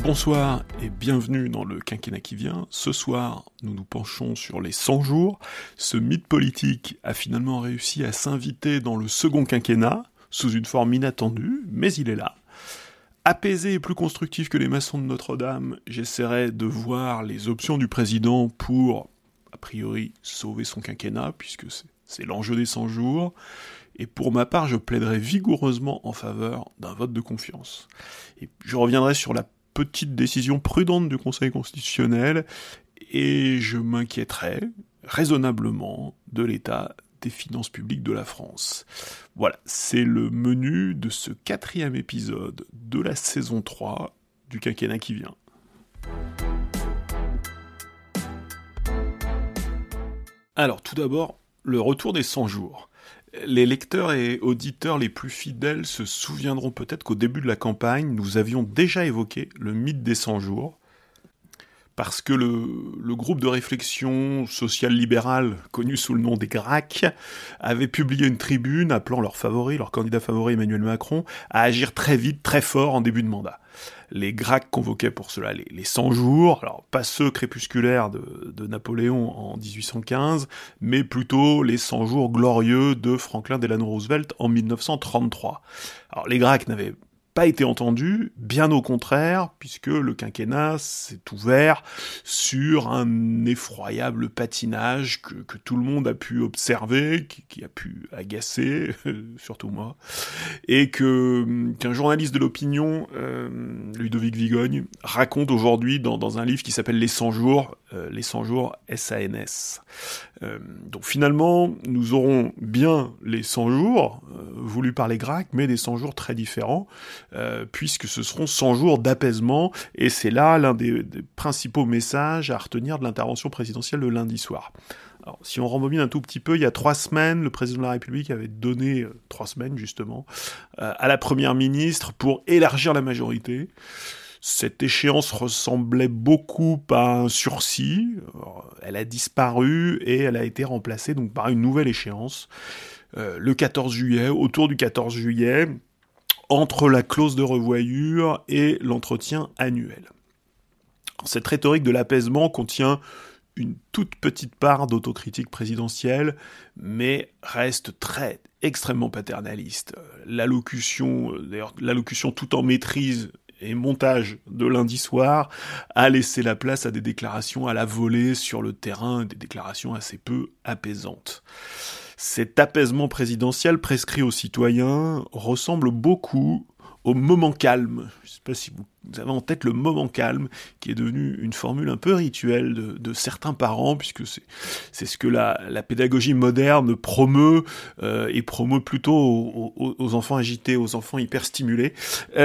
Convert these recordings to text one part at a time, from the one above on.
Bonsoir et bienvenue dans le quinquennat qui vient. Ce soir, nous nous penchons sur les 100 jours. Ce mythe politique a finalement réussi à s'inviter dans le second quinquennat, sous une forme inattendue, mais il est là. Apaisé et plus constructif que les maçons de Notre-Dame, j'essaierai de voir les options du président pour, a priori, sauver son quinquennat, puisque c'est l'enjeu des 100 jours. Et pour ma part, je plaiderai vigoureusement en faveur d'un vote de confiance. Et je reviendrai sur la petite décision prudente du Conseil constitutionnel, et je m'inquiéterai raisonnablement de l'état des finances publiques de la France. Voilà, c'est le menu de ce 4e épisode de la saison 3 du quinquennat qui vient. Alors, tout d'abord, le retour des 100 jours. Les lecteurs et auditeurs les plus fidèles se souviendront peut-être qu'au début de la campagne, nous avions déjà évoqué le mythe des 100 jours, parce que le groupe de réflexion social-libérale, connu sous le nom des GRAC, avait publié une tribune appelant leur candidat favori Emmanuel Macron, à agir très vite, très fort en début de mandat. Les GRAC convoquaient pour cela les 100 jours, alors pas ceux crépusculaires de Napoléon en 1815, mais plutôt les 100 jours glorieux de Franklin Delano Roosevelt en 1933. Alors les GRAC n'avaient pas été entendus, bien au contraire, puisque le quinquennat s'est ouvert sur un effroyable patinage que tout le monde a pu observer, qui a pu agacer, surtout moi, et qu'un journaliste de l'opinion, Ludovic Vigogne, raconte aujourd'hui dans un livre qui s'appelle Les 100 jours SANS. Donc finalement, nous aurons bien les 100 jours, voulus par les GRAC, mais des 100 jours très différents, puisque ce seront 100 jours d'apaisement, et c'est là l'un des principaux messages à retenir de l'intervention présidentielle de lundi soir. Alors, si on rembobine un tout petit peu, il y a 3 semaines, le président de la République avait donné, 3 semaines justement, à la première ministre pour élargir la majorité. Cette échéance ressemblait beaucoup à un sursis, elle a disparu et elle a été remplacée donc par une nouvelle échéance, le 14 juillet, autour du 14 juillet, entre la clause de revoyure et l'entretien annuel. Cette rhétorique de l'apaisement contient une toute petite part d'autocritique présidentielle, mais reste extrêmement paternaliste. L'allocution tout en maîtrise et montage de lundi soir a laissé la place à des déclarations à la volée sur le terrain, des déclarations assez peu apaisantes. Cet apaisement présidentiel prescrit aux citoyens ressemble beaucoup au moment calme. Je ne sais pas si vous avez en tête le moment calme, qui est devenu une formule un peu rituelle de certains parents, puisque c'est ce que la pédagogie moderne promeut, et promeut plutôt aux enfants agités, aux enfants hyperstimulés,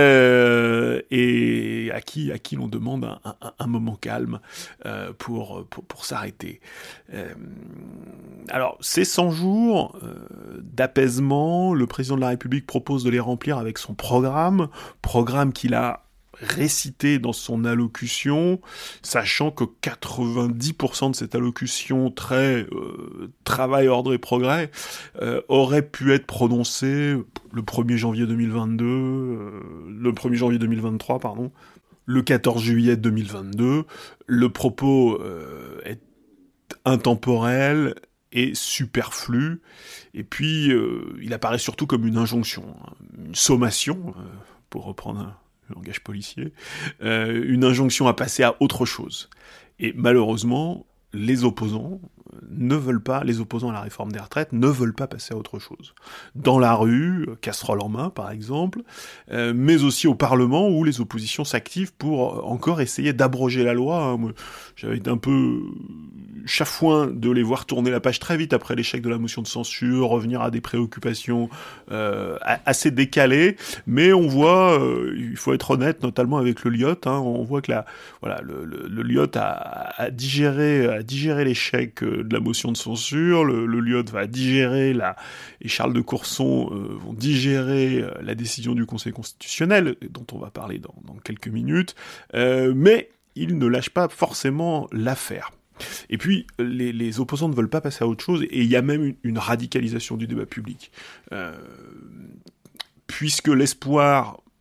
et à qui l'on demande un moment calme pour s'arrêter. Alors, ces 100 jours d'apaisement, le président de la République propose de les remplir avec son programme qu'il a récité dans son allocution, sachant que 90% de cette allocution très travail, ordre et progrès aurait pu être prononcée le 1er janvier 2022, le 1er janvier 2023, pardon, le 14 juillet 2022. Le propos est intemporel et superflu, et puis il apparaît surtout comme une injonction, une sommation, pour reprendre le langage policier, une injonction à passer à autre chose. Et malheureusement, les opposants à la réforme des retraites ne veulent pas passer à autre chose. Dans la rue, casserole en main par exemple, mais aussi au Parlement où les oppositions s'activent pour encore essayer d'abroger la loi. Moi, j'avais été un peu chafouin de les voir tourner la page très vite après l'échec de la motion de censure, revenir à des préoccupations assez décalées, mais on voit, il faut être honnête, notamment avec le LIOT, on voit que le LIOT a digéré l'échec de la motion de censure, le LIOT va digérer et Charles de Courson vont digérer la décision du Conseil constitutionnel, dont on va parler dans quelques minutes, mais ils ne lâchent pas forcément l'affaire. Et puis, les opposants ne veulent pas passer à autre chose, et il y a même une radicalisation du débat public. Puisque l'espoir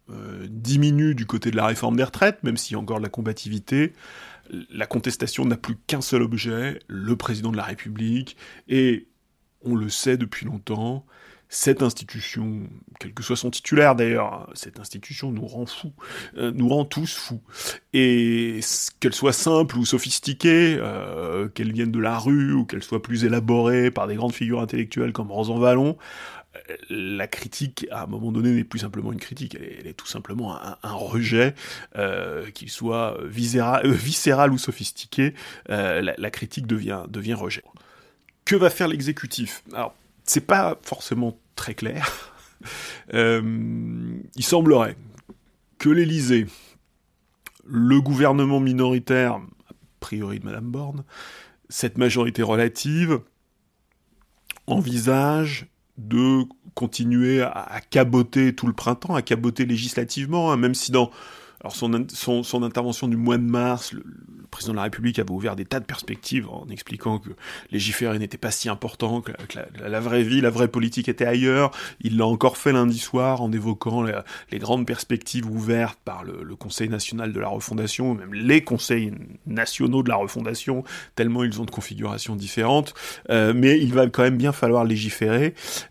diminue du côté de la réforme des retraites, même s'il y a encore de la combativité. La contestation n'a plus qu'un seul objet, le président de la République, et on le sait depuis longtemps, cette institution, quel que soit son titulaire d'ailleurs, cette institution nous rend fous, nous rend tous fous. Et qu'elle soit simple ou sophistiquée, qu'elle vienne de la rue ou qu'elle soit plus élaborée par des grandes figures intellectuelles comme Rozan Vallon, la critique, à un moment donné, n'est plus simplement une critique, elle est tout simplement un rejet, qu'il soit viscéral ou sophistiqué, la critique devient rejet. Que va faire l'exécutif ? Alors, c'est pas forcément très clair. Il semblerait que l'Élysée, le gouvernement minoritaire, a priori de Madame Borne, cette majorité relative, envisage de continuer à caboter tout le printemps, à caboter législativement, hein, même si dans son intervention du mois de mars, le président de la République avait ouvert des tas de perspectives en expliquant que légiférer n'était pas si important, que la vraie vie, la vraie politique était ailleurs. Il l'a encore fait lundi soir en évoquant les grandes perspectives ouvertes par le Conseil national de la refondation, même les conseils nationaux de la refondation, tellement ils ont de configurations différentes. Mais il va quand même bien falloir légiférer.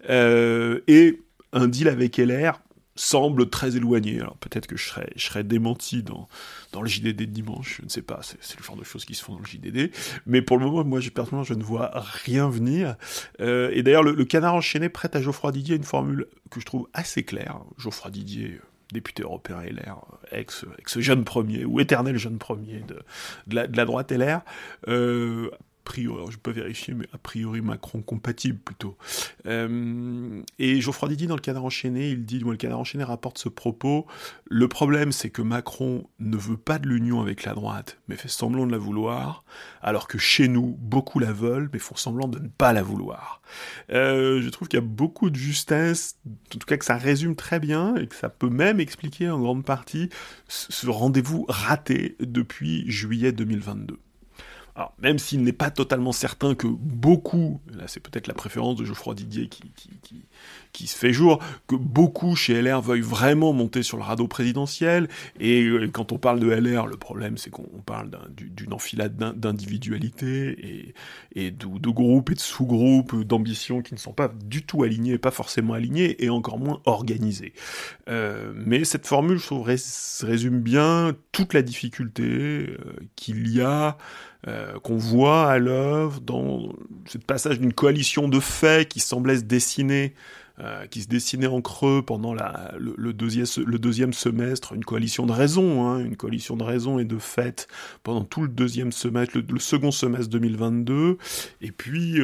Et un deal avec LR semble très éloigné. Alors peut-être que je serais démenti dans le JDD de dimanche, je ne sais pas, c'est le genre de choses qui se font dans le JDD, mais pour le moment, moi, personnellement, je ne vois rien venir. Et d'ailleurs, le canard enchaîné prête à Geoffroy Didier une formule que je trouve assez claire. Geoffroy Didier, député européen LR, ex-jeune premier, ou éternel jeune premier de la droite LR, priori, alors je peux vérifier, mais a priori Macron compatible plutôt. Et Geoffroy Didier dans le Canard enchaîné, il dit, le Canard enchaîné rapporte ce propos, le problème c'est que Macron ne veut pas de l'union avec la droite, mais fait semblant de la vouloir, alors que chez nous, beaucoup la veulent, mais font semblant de ne pas la vouloir. Je trouve qu'il y a beaucoup de justesse, en tout cas que ça résume très bien, et que ça peut même expliquer en grande partie ce rendez-vous raté depuis juillet 2022. Alors, même s'il n'est pas totalement certain que beaucoup, là c'est peut-être la préférence de Geoffroy Didier qui se fait jour, que beaucoup chez LR veuillent vraiment monter sur le radeau présidentiel, et quand on parle de LR, le problème c'est qu'on parle d'une enfilade d'individualités, et de groupes et de sous-groupes, d'ambitions qui ne sont pas du tout alignées, pas forcément alignées, et encore moins organisées. Mais cette formule, je trouve, résume bien toute la difficulté qu'il y a, qu'on voit à l'œuvre dans ce passage d'une coalition de faits qui semblait se dessiner, qui se dessinait en creux pendant le deuxième semestre, une coalition de raisons, une coalition de raisons et de faits pendant tout le deuxième semestre, le second semestre 2022, et puis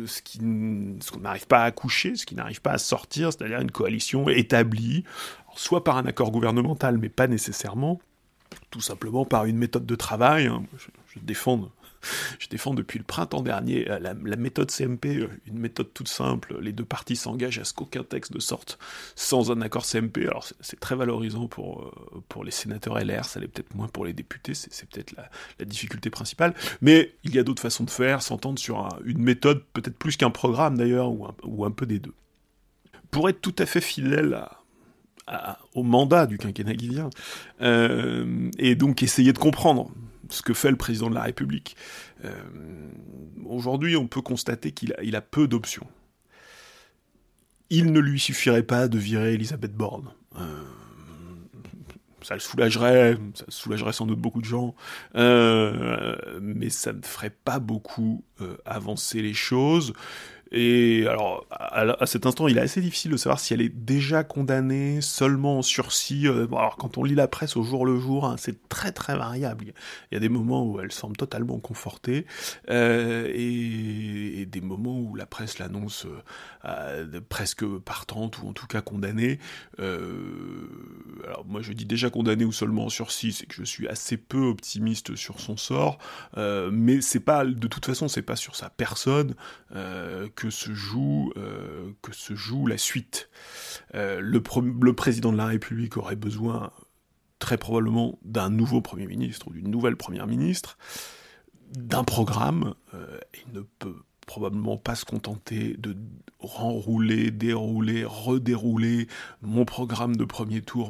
ce qu'on n'arrive pas à accoucher, ce qui n'arrive pas à sortir, c'est-à-dire une coalition établie, alors, soit par un accord gouvernemental, mais pas nécessairement, tout simplement par une méthode de travail. Je défends depuis le printemps dernier la méthode CMP, une méthode toute simple. Les deux parties s'engagent à ce qu'aucun texte ne sorte sans un accord CMP. Alors c'est très valorisant pour les sénateurs LR, ça l'est peut-être moins pour les députés, c'est peut-être la difficulté principale. Mais il y a d'autres façons de faire, s'entendre sur une méthode, peut-être plus qu'un programme d'ailleurs, ou un peu des deux. Pour être tout à fait fidèle au mandat du quinquennat qui vient, et donc essayer de comprendre ce que fait le président de la République. Aujourd'hui, on peut constater qu'il a peu d'options. Il ne lui suffirait pas de virer Elisabeth Borne. Ça le soulagerait sans doute beaucoup de gens, mais ça ne ferait pas beaucoup avancer les choses. Et alors, à cet instant, il est assez difficile de savoir si elle est déjà condamnée, seulement en sursis. Alors, quand on lit la presse au jour le jour, c'est très très variable. Il y a des moments où elle semble totalement confortée, et des moments où la presse l'annonce presque partante, ou en tout cas condamnée. Alors, moi, je dis déjà condamnée ou seulement en sursis, c'est que je suis assez peu optimiste sur son sort, mais de toute façon, c'est pas sur sa personne que se joue la suite. Le président de la République aurait besoin très probablement d'un nouveau Premier ministre ou d'une nouvelle Première ministre, d'un programme. Il ne peut probablement pas se contenter de renrouler, dérouler, redérouler mon programme de premier tour,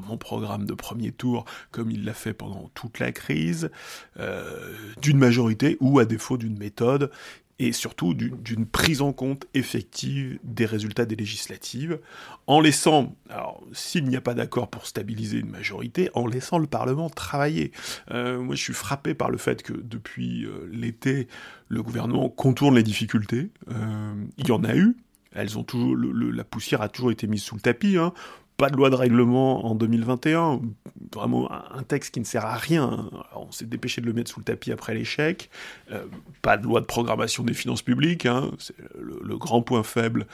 comme il l'a fait pendant toute la crise, d'une majorité ou à défaut d'une méthode, et surtout d'une prise en compte effective des résultats des législatives, en laissant, alors s'il n'y a pas d'accord pour stabiliser une majorité, en laissant le Parlement travailler. Moi je suis frappé par le fait que depuis l'été, le gouvernement contourne les difficultés, il y en a eu, elles ont toujours, la poussière a toujours été mise sous le tapis, hein. Pas de loi de règlement en 2021, vraiment un texte qui ne sert à rien. Alors, on s'est dépêché de le mettre sous le tapis après l'échec. Pas de loi de programmation des finances publiques, hein. C'est le grand point faible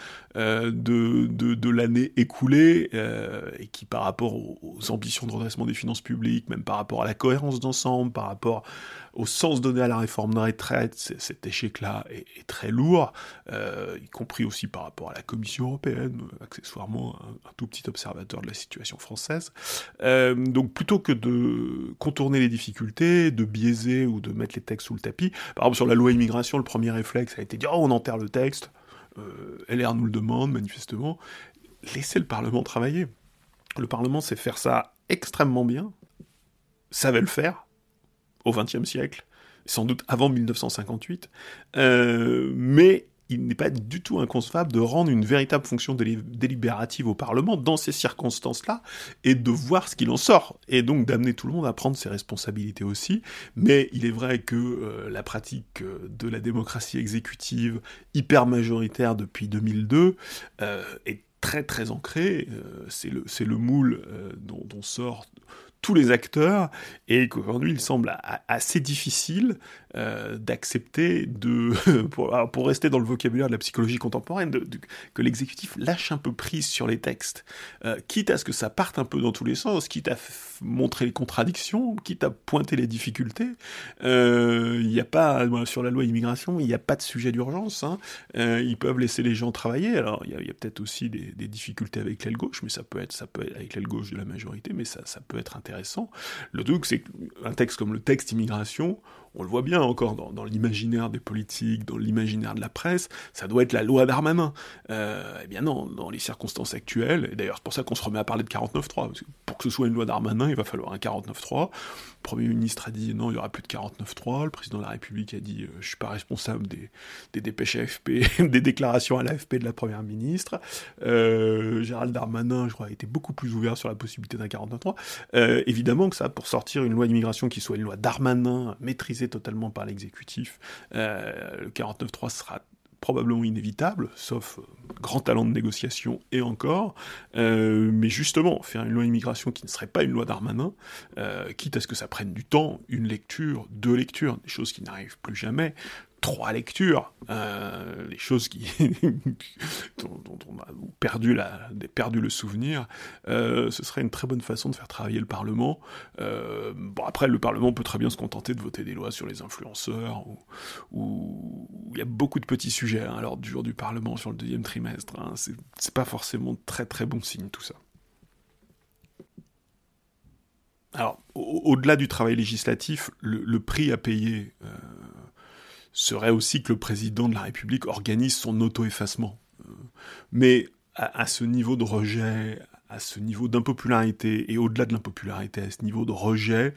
de l'année écoulée, et qui par rapport aux ambitions de redressement des finances publiques, même par rapport à la cohérence d'ensemble, par rapport au sens donné à la réforme de retraite, cet échec-là est très lourd, y compris aussi par rapport à la Commission européenne, accessoirement un tout petit observateur de la situation française. Donc plutôt que de contourner les difficultés, de biaiser ou de mettre les textes sous le tapis, par exemple sur la loi immigration, le premier réflexe a été de dire « Oh, on enterre le texte », LR nous le demande manifestement, laissez le Parlement travailler. Le Parlement sait faire ça extrêmement bien, savait le faire, au XXe siècle, sans doute avant 1958, mais il n'est pas du tout inconcevable de rendre une véritable fonction délibérative au Parlement dans ces circonstances-là, et de voir ce qu'il en sort, et donc d'amener tout le monde à prendre ses responsabilités aussi. Mais il est vrai que la pratique de la démocratie exécutive hyper majoritaire depuis 2002 est très très ancrée, c'est le moule dont sortent tous les acteurs, et qu'aujourd'hui il semble assez difficile d'accepter pour rester dans le vocabulaire de la psychologie contemporaine, que l'exécutif lâche un peu prise sur les textes, quitte à ce que ça parte un peu dans tous les sens, quitte à montrer les contradictions, quitte à pointer les difficultés. Il n'y a pas, sur la loi immigration, il n'y a pas de sujet d'urgence, hein. Ils peuvent laisser les gens travailler. Alors il y a peut-être aussi des difficultés avec l'aile gauche, mais ça peut être avec l'aile gauche de la majorité, mais ça peut être intéressant. Le truc, c'est qu'un texte comme le texte immigration, on le voit bien encore dans l'imaginaire des politiques, dans l'imaginaire de la presse, ça doit être la loi Darmanin. Eh bien non, dans les circonstances actuelles, et d'ailleurs c'est pour ça qu'on se remet à parler de 49.3, parce que pour que ce soit une loi Darmanin, il va falloir un 49.3. Le Premier ministre a dit non, il n'y aura plus de 49.3, le président de la République a dit je suis pas responsable des dépêches AFP, des déclarations à l'AFP de la Première ministre. Gérald Darmanin, je crois, a été beaucoup plus ouvert sur la possibilité d'un 49.3. Évidemment que ça, pour sortir une loi d'immigration qui soit une loi Darmanin, maîtrisée totalement par l'exécutif, le 49.3 sera probablement inévitable, sauf grand talent de négociation et encore, mais justement, faire une loi immigration qui ne serait pas une loi Darmanin, quitte à ce que ça prenne du temps, une lecture, deux lectures, des choses qui n'arrivent plus jamais, 3 lectures, les choses dont on a perdu le souvenir, ce serait une très bonne façon de faire travailler le Parlement. Bon, après, le Parlement peut très bien se contenter de voter des lois sur les influenceurs, où il y a beaucoup de petits sujets à l'ordre du jour du Parlement sur le deuxième trimestre, hein. C'est pas forcément très très bon signe tout ça. Alors, au-delà du travail législatif, le prix à payer serait aussi que le président de la République organise son auto-effacement. Mais à ce niveau de rejet, à ce niveau d'impopularité, et au-delà de l'impopularité, à ce niveau de rejet,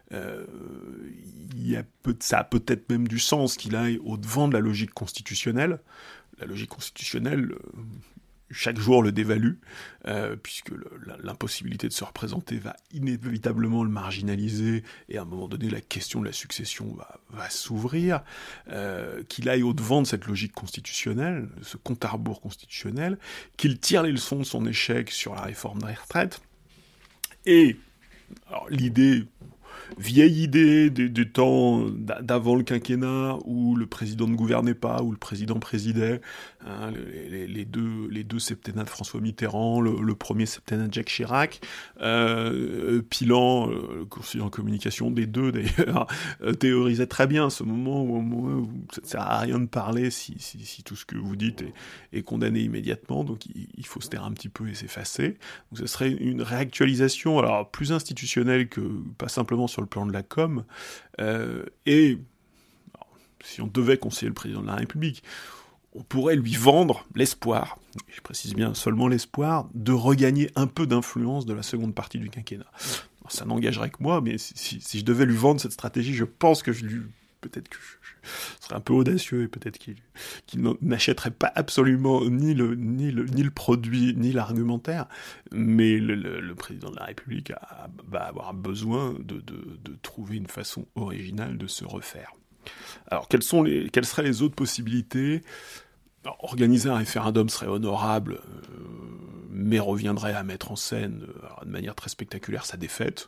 ça a peut-être même du sens qu'il aille au-devant de la logique constitutionnelle. La logique constitutionnelle, chaque jour le dévalue, puisque l'impossibilité de se représenter va inévitablement le marginaliser, et à un moment donné, la question de la succession va s'ouvrir, qu'il aille au-devant de cette logique constitutionnelle, de ce compte à rebours constitutionnel, qu'il tire les leçons de son échec sur la réforme des retraites, et alors, vieille idée du temps d'avant le quinquennat, où le président ne gouvernait pas, où le président présidait, hein, les deux septennats de François Mitterrand, le premier septennat de Jacques Chirac, Pilan, le conseiller en communication des deux d'ailleurs, théorisait très bien ce moment où ça ne sert à rien de parler si tout ce que vous dites est condamné immédiatement, donc il faut se taire un petit peu et s'effacer. Donc ce serait une réactualisation, alors plus institutionnelle que pas simplement sur le plan de la com, et alors, si on devait conseiller le président de la République, on pourrait lui vendre l'espoir, je précise bien seulement l'espoir, de regagner un peu d'influence de la seconde partie du quinquennat. Alors, ça n'engagerait que moi, mais si je devais lui vendre cette stratégie, je pense que peut-être que je serais un peu audacieux et peut-être qu'il n'achèterait pas absolument ni le produit ni l'argumentaire, mais le président de la République va avoir besoin de trouver une façon originale de se refaire. Alors, quelles seraient les autres possibilités ? Alors, organiser un référendum serait honorable, mais reviendrait à mettre en scène, de manière très spectaculaire, sa défaite.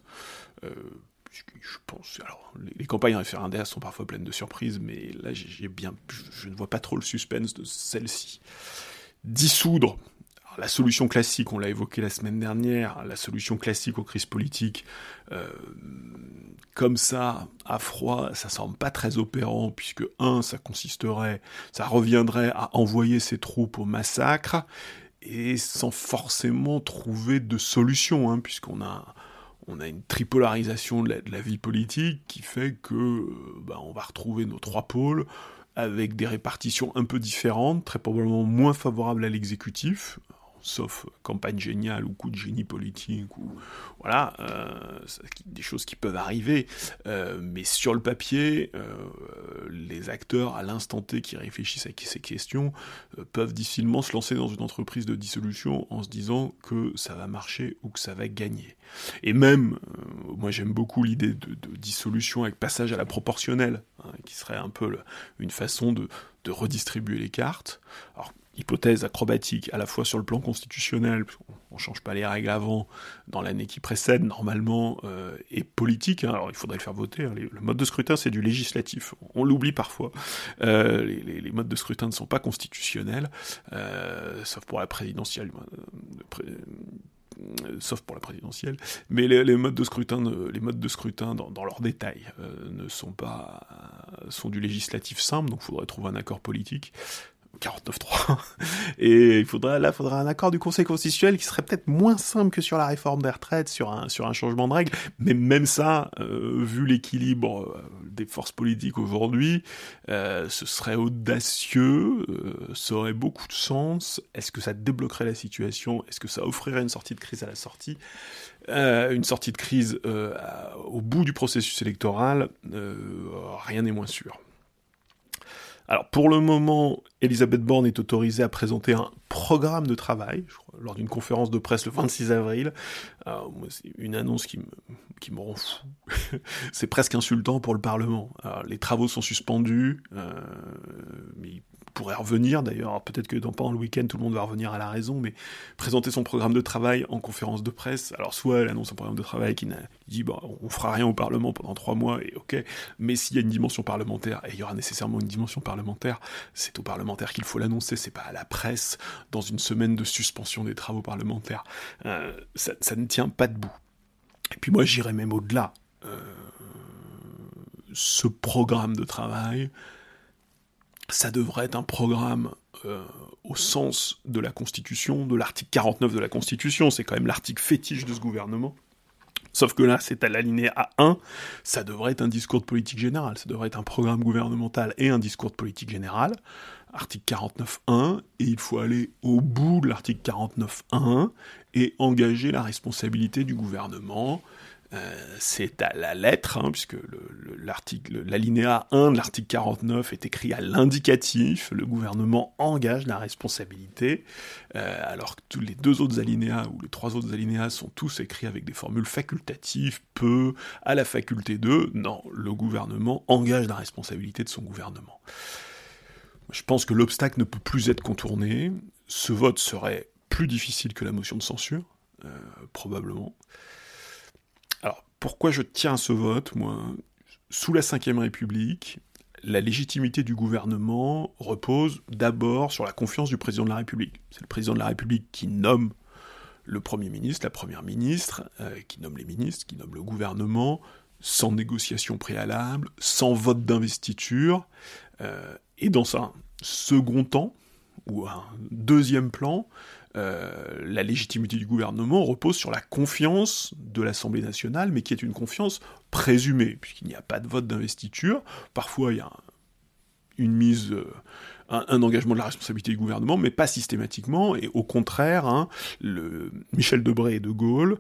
Je pense. Alors, les campagnes référendaires sont parfois pleines de surprises, mais là, je ne vois pas trop le suspense de celle-ci. Dissoudre. Alors, la solution classique, on l'a évoqué la semaine dernière, la solution classique aux crises politiques, comme ça, à froid, ça semble pas très opérant, puisque ça reviendrait à envoyer ses troupes au massacre, et sans forcément trouver de solution, puisqu'on a une tripolarisation de la vie politique qui fait que on va retrouver nos trois pôles avec des répartitions un peu différentes, très probablement moins favorables à l'exécutif, sauf campagne géniale ou coup de génie politique, ou voilà, des choses qui peuvent arriver, mais sur le papier, les acteurs à l'instant T qui réfléchissent à ces questions peuvent difficilement se lancer dans une entreprise de dissolution en se disant que ça va marcher ou que ça va gagner. Et même, moi j'aime beaucoup l'idée de dissolution avec passage à la proportionnelle, qui serait un peu une façon de redistribuer les cartes. Alors, hypothèse acrobatique, à la fois sur le plan constitutionnel, on ne change pas les règles avant, dans l'année qui précède, normalement, et politique, alors il faudrait le faire voter, le mode de scrutin c'est du législatif, on l'oublie parfois, les modes de scrutin ne sont pas constitutionnels, sauf pour la présidentielle, mais les modes de scrutin dans leurs détails sont du législatif simple, donc il faudrait trouver un accord politique. 49.3. Et il faudrait un accord du Conseil constitutionnel qui serait peut-être moins simple que sur la réforme des retraites, sur un changement de règles, mais même ça, vu l'équilibre des forces politiques aujourd'hui, ce serait audacieux, ça aurait beaucoup de sens. Est-ce que ça débloquerait la situation ? Est-ce que ça offrirait une sortie de crise à la sortie ? Une sortie de crise au bout du processus électoral, rien n'est moins sûr. Alors, pour le moment, Elisabeth Borne est autorisée à présenter un programme de travail, je crois, lors d'une conférence de presse le 26 avril. Alors, moi, c'est une annonce qui me rend fou. C'est presque insultant pour le Parlement. Alors, les travaux sont suspendus, mais ils pourraient revenir d'ailleurs. Alors, peut-être que pendant le week-end, tout le monde va revenir à la raison, mais présenter son programme de travail en conférence de presse, alors soit elle annonce un programme de travail qui dit on fera rien au Parlement pendant 3 mois, et ok, mais s'il y a une dimension parlementaire, et il y aura nécessairement une dimension parlementaire, c'est aux parlementaires qu'il faut l'annoncer, c'est pas à la presse dans une semaine de suspension des travaux parlementaires. Ça ne tient pas debout. Et puis moi j'irais même au-delà. Ce programme de travail, ça devrait être un programme au sens de la Constitution, de l'article 49 de la Constitution, c'est quand même l'article fétiche de ce gouvernement. Sauf que là, c'est à l'alinéa 1, ça devrait être un discours de politique générale, ça devrait être un programme gouvernemental et un discours de politique générale, article 49.1, et il faut aller au bout de l'article 49.1 et engager la responsabilité du gouvernement. C'est à la lettre, puisque l'alinéa 1 de l'article 49 est écrit à l'indicatif, le gouvernement engage la responsabilité, alors que les 2 autres alinéas, ou les 3 autres alinéas sont tous écrits avec des formules facultatives, peut, à la faculté de, non, le gouvernement engage la responsabilité de son gouvernement. Je pense que l'obstacle ne peut plus être contourné, ce vote serait plus difficile que la motion de censure, probablement. Alors, pourquoi je tiens à ce vote, moi ? Sous la Ve République, la légitimité du gouvernement repose d'abord sur la confiance du président de la République. C'est le président de la République qui nomme le Premier ministre, la Première ministre, qui nomme les ministres, qui nomme le gouvernement, sans négociation préalable, sans vote d'investiture, et dans un second temps, ou un deuxième plan, la légitimité du gouvernement repose sur la confiance de l'Assemblée nationale, mais qui est une confiance présumée, puisqu'il n'y a pas de vote d'investiture. Parfois, il y a une mise un engagement de la responsabilité du gouvernement, mais pas systématiquement, et au contraire, hein, Michel Debré et De Gaulle,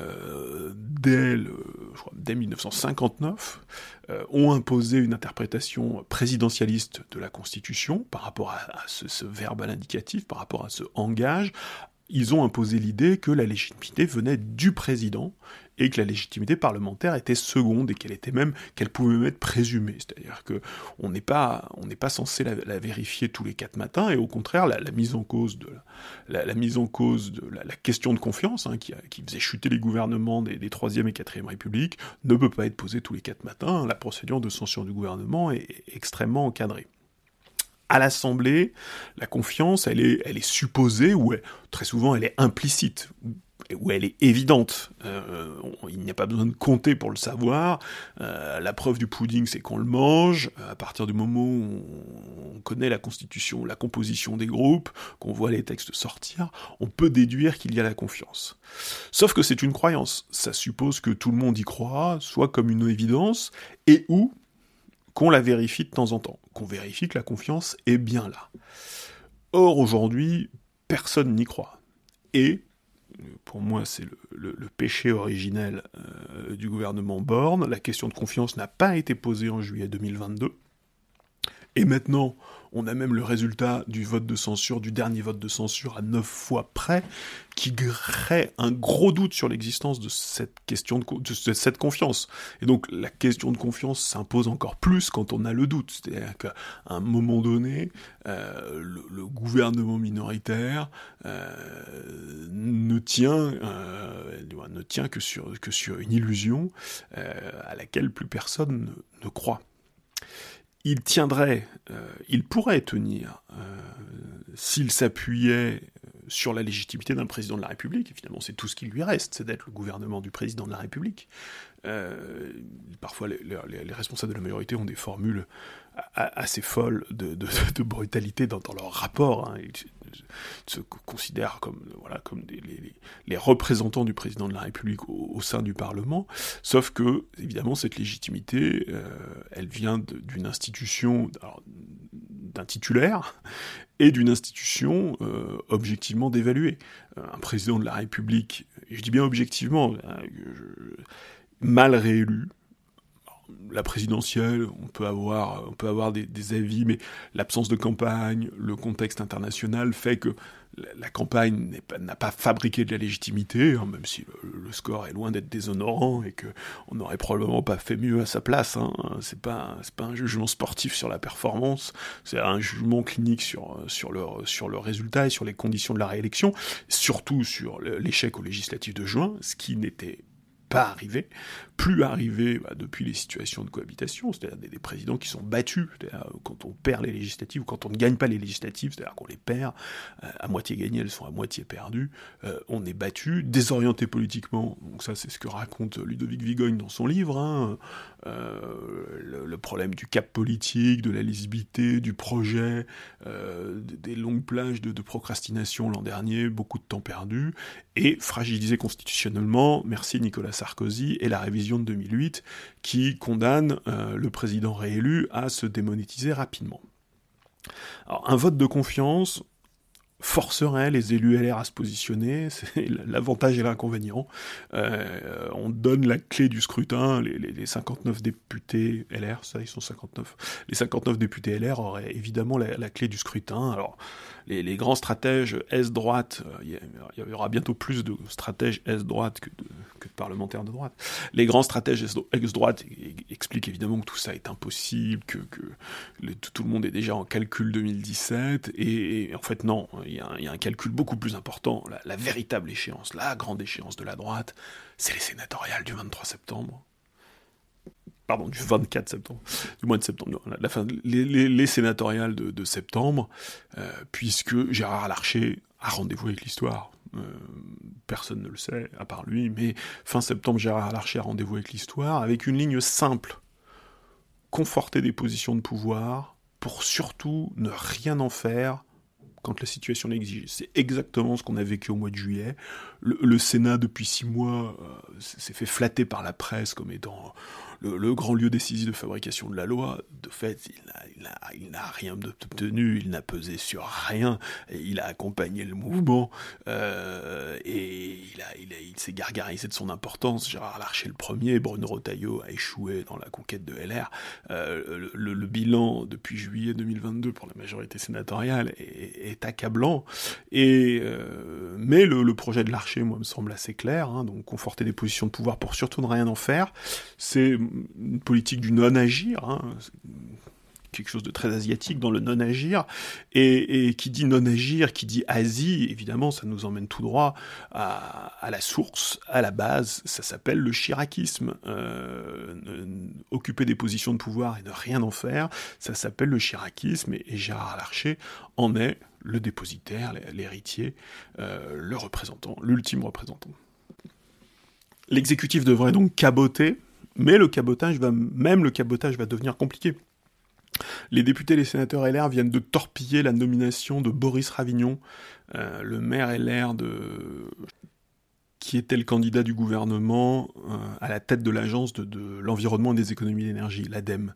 dès 1959, ont imposé une interprétation présidentialiste de la Constitution par rapport à ce verbe à l'indicatif, par rapport à ce engage. Ils ont imposé l'idée que la légitimité venait du président et que la légitimité parlementaire était seconde et qu'elle pouvait même être présumée. C'est-à-dire que on n'est pas censé la vérifier tous les 4 matins, et au contraire, la mise en cause de la question de confiance, hein, qui faisait chuter les gouvernements des 3e et 4e Républiques, ne peut pas être posée tous les 4 matins. La procédure de censure du gouvernement est extrêmement encadrée. À l'Assemblée, la confiance, elle est supposée, ou très souvent elle est implicite, ou elle est évidente. Il n'y a pas besoin de compter pour le savoir. La preuve du pudding, c'est qu'on le mange. À partir du moment où on connaît la constitution, la composition des groupes, qu'on voit les textes sortir, on peut déduire qu'il y a la confiance. Sauf que c'est une croyance. Ça suppose que tout le monde y croit, soit comme une évidence, et ou qu'on la vérifie de temps en temps, qu'on vérifie que la confiance est bien là. Or, aujourd'hui, personne n'y croit. Et, pour moi, c'est le péché originel du gouvernement Borne. La question de confiance n'a pas été posée en juillet 2022. Et maintenant, on a même le résultat du vote de censure, du dernier vote de censure à 9 fois près, qui crée un gros doute sur l'existence de cette question de cette confiance. Et donc, la question de confiance s'impose encore plus quand on a le doute. C'est-à-dire qu'à un moment donné, le gouvernement minoritaire ne tient que sur une illusion à laquelle plus personne ne croit. Il pourrait tenir s'il s'appuyait sur la légitimité d'un président de la République, et finalement c'est tout ce qui lui reste, c'est d'être le gouvernement du président de la République. Parfois les responsables de la majorité ont des formules assez folles de brutalité dans leur rapport, hein. Ils se considèrent comme les représentants du président de la République au sein du Parlement, sauf que, évidemment, cette légitimité, elle vient d'une institution, d'un titulaire, et d'une institution objectivement dévaluée. Un président de la République, et je dis bien objectivement, mal réélu. La présidentielle, on peut avoir des avis, mais l'absence de campagne, le contexte international fait que la campagne n'a pas fabriqué de la légitimité, hein, même si le score est loin d'être déshonorant et qu'on n'aurait probablement pas fait mieux à sa place. Hein. C'est pas un jugement sportif sur la performance, c'est un jugement clinique sur le résultat et sur les conditions de la réélection, surtout sur l'échec aux législatives de juin, ce qui n'était pas plus arrivé depuis les situations de cohabitation, c'est-à-dire des présidents qui sont battus, c'est-à-dire quand on perd les législatives, ou quand on ne gagne pas les législatives, c'est-à-dire qu'on les perd, à moitié gagnées, elles sont à moitié perdues, on est battu, désorienté politiquement, donc ça c'est ce que raconte Ludovic Vigogne dans son livre, hein, le problème du cap politique, de la lisibilité, du projet, des longues plages de procrastination l'an dernier, beaucoup de temps perdu, et fragilisé constitutionnellement, merci Nicolas Sarkozy, et la révision de 2008 qui condamne le président réélu à se démonétiser rapidement. Alors, un vote de confiance forcerait les élus LR à se positionner, c'est l'avantage et l'inconvénient. On donne la clé du scrutin, les 59 députés LR, ça ils sont 59, les 59 députés LR auraient évidemment la clé du scrutin. Alors, les grands stratèges Est-droite, il y aura bientôt plus de stratèges Est-droite que de parlementaires de droite. Les grands stratèges Est-droite expliquent évidemment que tout ça est impossible, que tout le monde est déjà en calcul 2017, et en fait non, il y a un calcul beaucoup plus important, la véritable échéance, la grande échéance de la droite, c'est les sénatoriales du 23 septembre. Pardon, du 24 septembre, du mois de septembre, les sénatoriales de septembre, puisque Gérard Larcher a rendez-vous avec l'histoire. Personne ne le sait, à part lui, mais fin septembre, Gérard Larcher a rendez-vous avec l'histoire, avec une ligne simple. Conforter des positions de pouvoir, pour surtout ne rien en faire quand la situation l'exige. C'est exactement ce qu'on a vécu au mois de juillet. Le Sénat, depuis 6 mois, s'est fait flatter par la presse comme étant le grand lieu décisif de fabrication de la loi. De fait, il n'a rien obtenu, il n'a pesé sur rien, et il a accompagné le mouvement, et il s'est gargarisé de son importance. Gérard Larcher le premier, Bruno Retailleau a échoué dans la conquête de LR. Le bilan depuis juillet 2022 pour la majorité sénatoriale est accablant, mais le projet de Larcher, moi, me semble assez clair, donc conforter des positions de pouvoir pour surtout ne rien en faire. C'est une politique du non-agir, quelque chose de très asiatique dans le non-agir, et qui dit non-agir, qui dit Asie, évidemment, ça nous emmène tout droit à la source, à la base, ça s'appelle le chiracisme. Occuper des positions de pouvoir et ne rien en faire, ça s'appelle le chiracisme, et Gérard Larcher en est le dépositaire, l'héritier, le représentant, l'ultime représentant. L'exécutif devrait donc caboter, mais le cabotage va devenir compliqué. Les députés et les sénateurs LR viennent de torpiller la nomination de Boris Ravignon, le maire LR qui était le candidat du gouvernement à la tête de l'agence de l'environnement et des économies d'énergie, l'ADEME.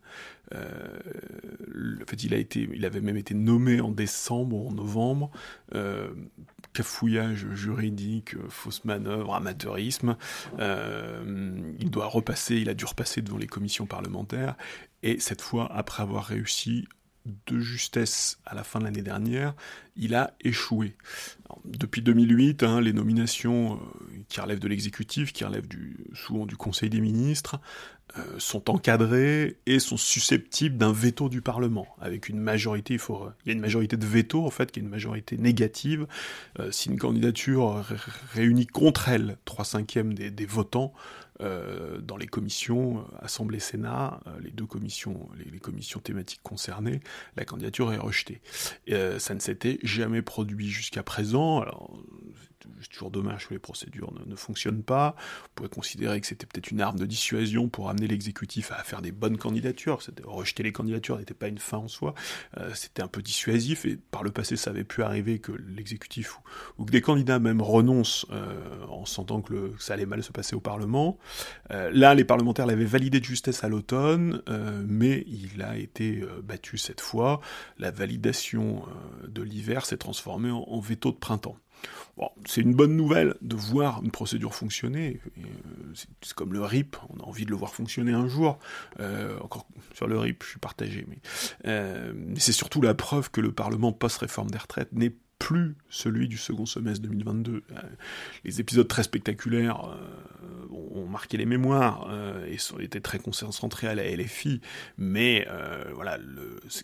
En fait, il avait même été nommé en décembre ou en novembre. Cafouillage juridique, fausse manœuvre, amateurisme. Il a dû repasser devant les commissions parlementaires. Et cette fois, après avoir réussi de justesse à la fin de l'année dernière, il a échoué. Alors, depuis 2008, les nominations qui relèvent de l'exécutif, qui relèvent souvent du Conseil des ministres, sont encadrées et sont susceptibles d'un veto du Parlement, avec une majorité, il y a une majorité de veto, en fait, qui est une majorité négative. Si une candidature réunit contre elle 3/5 des votants, dans les commissions, Assemblée Sénat, les deux commissions, les commissions thématiques concernées, la candidature est rejetée. Ça ne s'était jamais produit jusqu'à présent. Alors, c'est toujours dommage que les procédures ne fonctionnent pas. On pourrait considérer que c'était peut-être une arme de dissuasion pour amener l'exécutif à faire des bonnes candidatures. Rejeter les candidatures n'était pas une fin en soi. C'était un peu dissuasif, et par le passé, ça avait pu arriver que l'exécutif ou que des candidats même renoncent en sentant que ça allait mal se passer au Parlement. Là, les parlementaires l'avaient validé de justesse à l'automne, mais il a été battu cette fois. La validation de l'hiver s'est transformée en veto de printemps. Bon, c'est une bonne nouvelle de voir une procédure fonctionner. C'est comme le RIP, on a envie de le voir fonctionner un jour. Encore sur le RIP, je suis partagé, mais c'est surtout la preuve que le Parlement post-réforme des retraites n'est plus celui du second semestre 2022. Les épisodes très spectaculaires ont marqué les mémoires et étaient très concentrés à la LFI, mais voilà, ce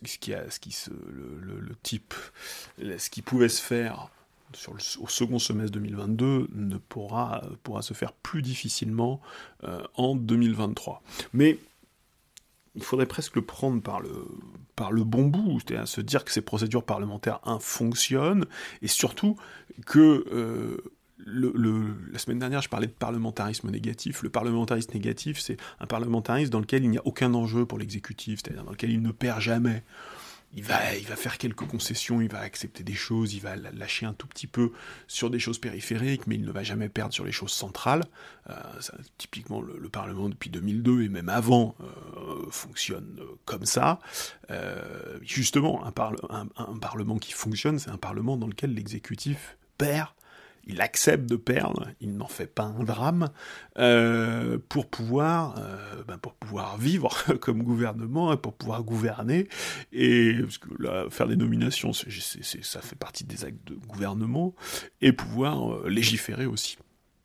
qui pouvait se faire au second semestre 2022 pourra se faire plus difficilement en 2023. Mais il faudrait presque le prendre par le bon bout, c'est-à-dire se dire que ces procédures parlementaires fonctionnent, et surtout que la semaine dernière, je parlais de parlementarisme négatif. Le parlementarisme négatif, c'est un parlementarisme dans lequel il n'y a aucun enjeu pour l'exécutif, c'est-à-dire dans lequel il ne perd jamais. Il va faire quelques concessions, il va accepter des choses, il va lâcher un tout petit peu sur des choses périphériques, mais il ne va jamais perdre sur les choses centrales. Typiquement, le Parlement, depuis 2002, et même avant, fonctionne comme ça. Justement, un Parlement qui fonctionne, c'est un Parlement dans lequel l'exécutif perd. Il accepte de perdre, il n'en fait pas un drame, pour pouvoir vivre comme gouvernement, pour pouvoir gouverner, et parce que là, faire des nominations, ça fait partie des actes de gouvernement, et pouvoir légiférer aussi.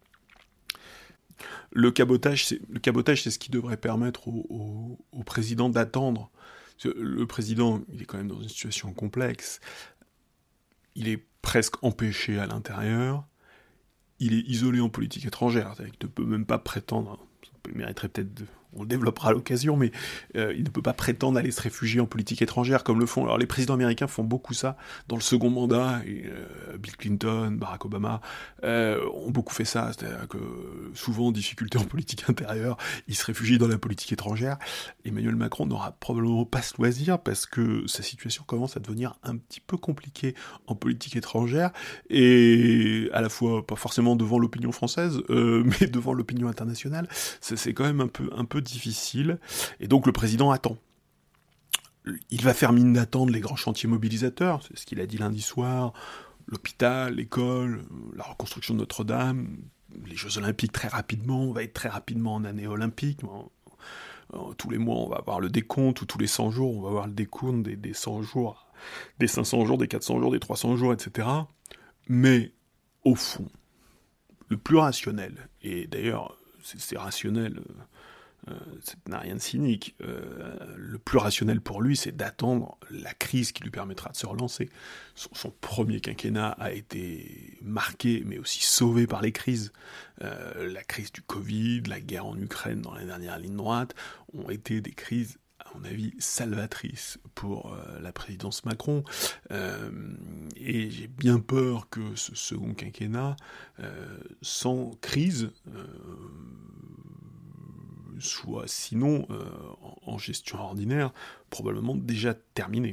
Le cabotage, c'est ce qui devrait permettre au président d'attendre. Le président, il est quand même dans une situation complexe. Il est presque empêché à l'intérieur. Il est isolé en politique étrangère. Il ne peut même pas prétendre, ça mériterait peut-être on le développera à l'occasion, mais il ne peut pas prétendre aller se réfugier en politique étrangère comme le font. Alors les présidents américains font beaucoup ça dans le second mandat, et Bill Clinton, Barack Obama ont beaucoup fait ça, c'est-à-dire que souvent, difficulté en politique intérieure, ils se réfugient dans la politique étrangère. Emmanuel Macron n'aura probablement pas ce loisir parce que sa situation commence à devenir un petit peu compliquée en politique étrangère, et à la fois, pas forcément devant l'opinion française, mais devant l'opinion internationale, c'est quand même un peu difficile, et donc le président attend. Il va faire mine d'attendre les grands chantiers mobilisateurs, c'est ce qu'il a dit lundi soir, l'hôpital, l'école, la reconstruction de Notre-Dame, les Jeux Olympiques très rapidement, on va être très rapidement en année olympique, tous les mois on va avoir le décompte, ou tous les 100 jours on va avoir le décompte des 100 jours, des 500 jours, des 400 jours, des 300 jours, etc. Mais, au fond, le plus rationnel, et d'ailleurs c'est rationnel, ça n'a rien de cynique, le plus rationnel pour lui, c'est d'attendre la crise qui lui permettra de se relancer. Son premier quinquennat a été marqué, mais aussi sauvé par les crises. La crise du Covid, la guerre en Ukraine dans la dernière ligne droite, ont été des crises, à mon avis, salvatrices pour la présidence Macron. Et j'ai bien peur que ce second quinquennat, sans crise, soit sinon, en gestion ordinaire, probablement déjà terminé.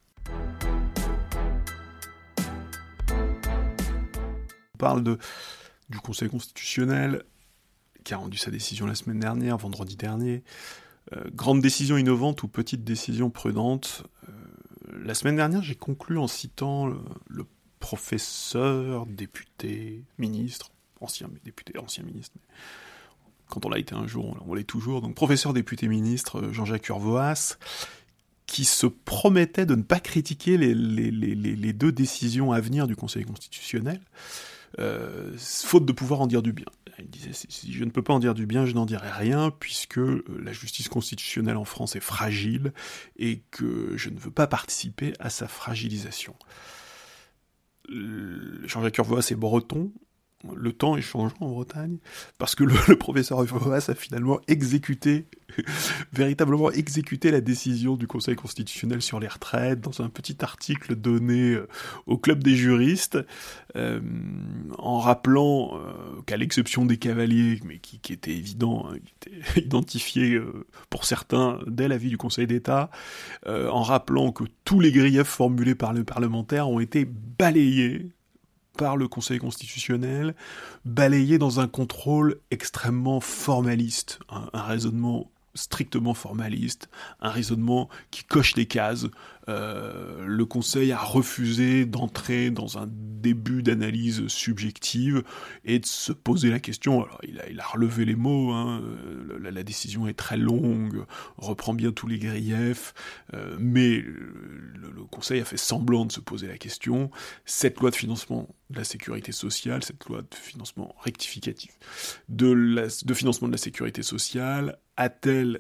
On parle du Conseil constitutionnel, qui a rendu sa décision la semaine dernière, vendredi dernier. Grande décision innovante ou petite décision prudente. La semaine dernière, j'ai conclu en citant le professeur, député, ministre, ancien député, ancien ministre, mais quand on l'a été un jour, on l'est toujours, donc professeur, député, ministre, Jean-Jacques Urvoas, qui se promettait de ne pas critiquer les deux décisions à venir du Conseil constitutionnel, faute de pouvoir en dire du bien. Il disait, si je ne peux pas en dire du bien, je n'en dirai rien, puisque la justice constitutionnelle en France est fragile, et que je ne veux pas participer à sa fragilisation. Jean-Jacques Urvoas est breton. Le temps est changeant en Bretagne, parce que le professeur Urvoas a finalement véritablement exécuté la décision du Conseil constitutionnel sur les retraites, dans un petit article donné au Club des juristes, en rappelant qu'à l'exception des cavaliers, mais qui était évident, qui était identifié pour certains dès l'avis du Conseil d'État, en rappelant que tous les griefs formulés par le parlementaire ont été balayés par le Conseil constitutionnel, balayé dans un contrôle extrêmement formaliste, un raisonnement strictement formaliste, un raisonnement qui coche les cases. Le Conseil a refusé d'entrer dans un début d'analyse subjective et de se poser la question. Alors, il a relevé les mots, hein, la décision est très longue, reprend bien tous les griefs, mais le Conseil a fait semblant de se poser la question. Cette loi de financement de la sécurité sociale, cette loi de financement rectificatif de financement de la sécurité sociale, est-elle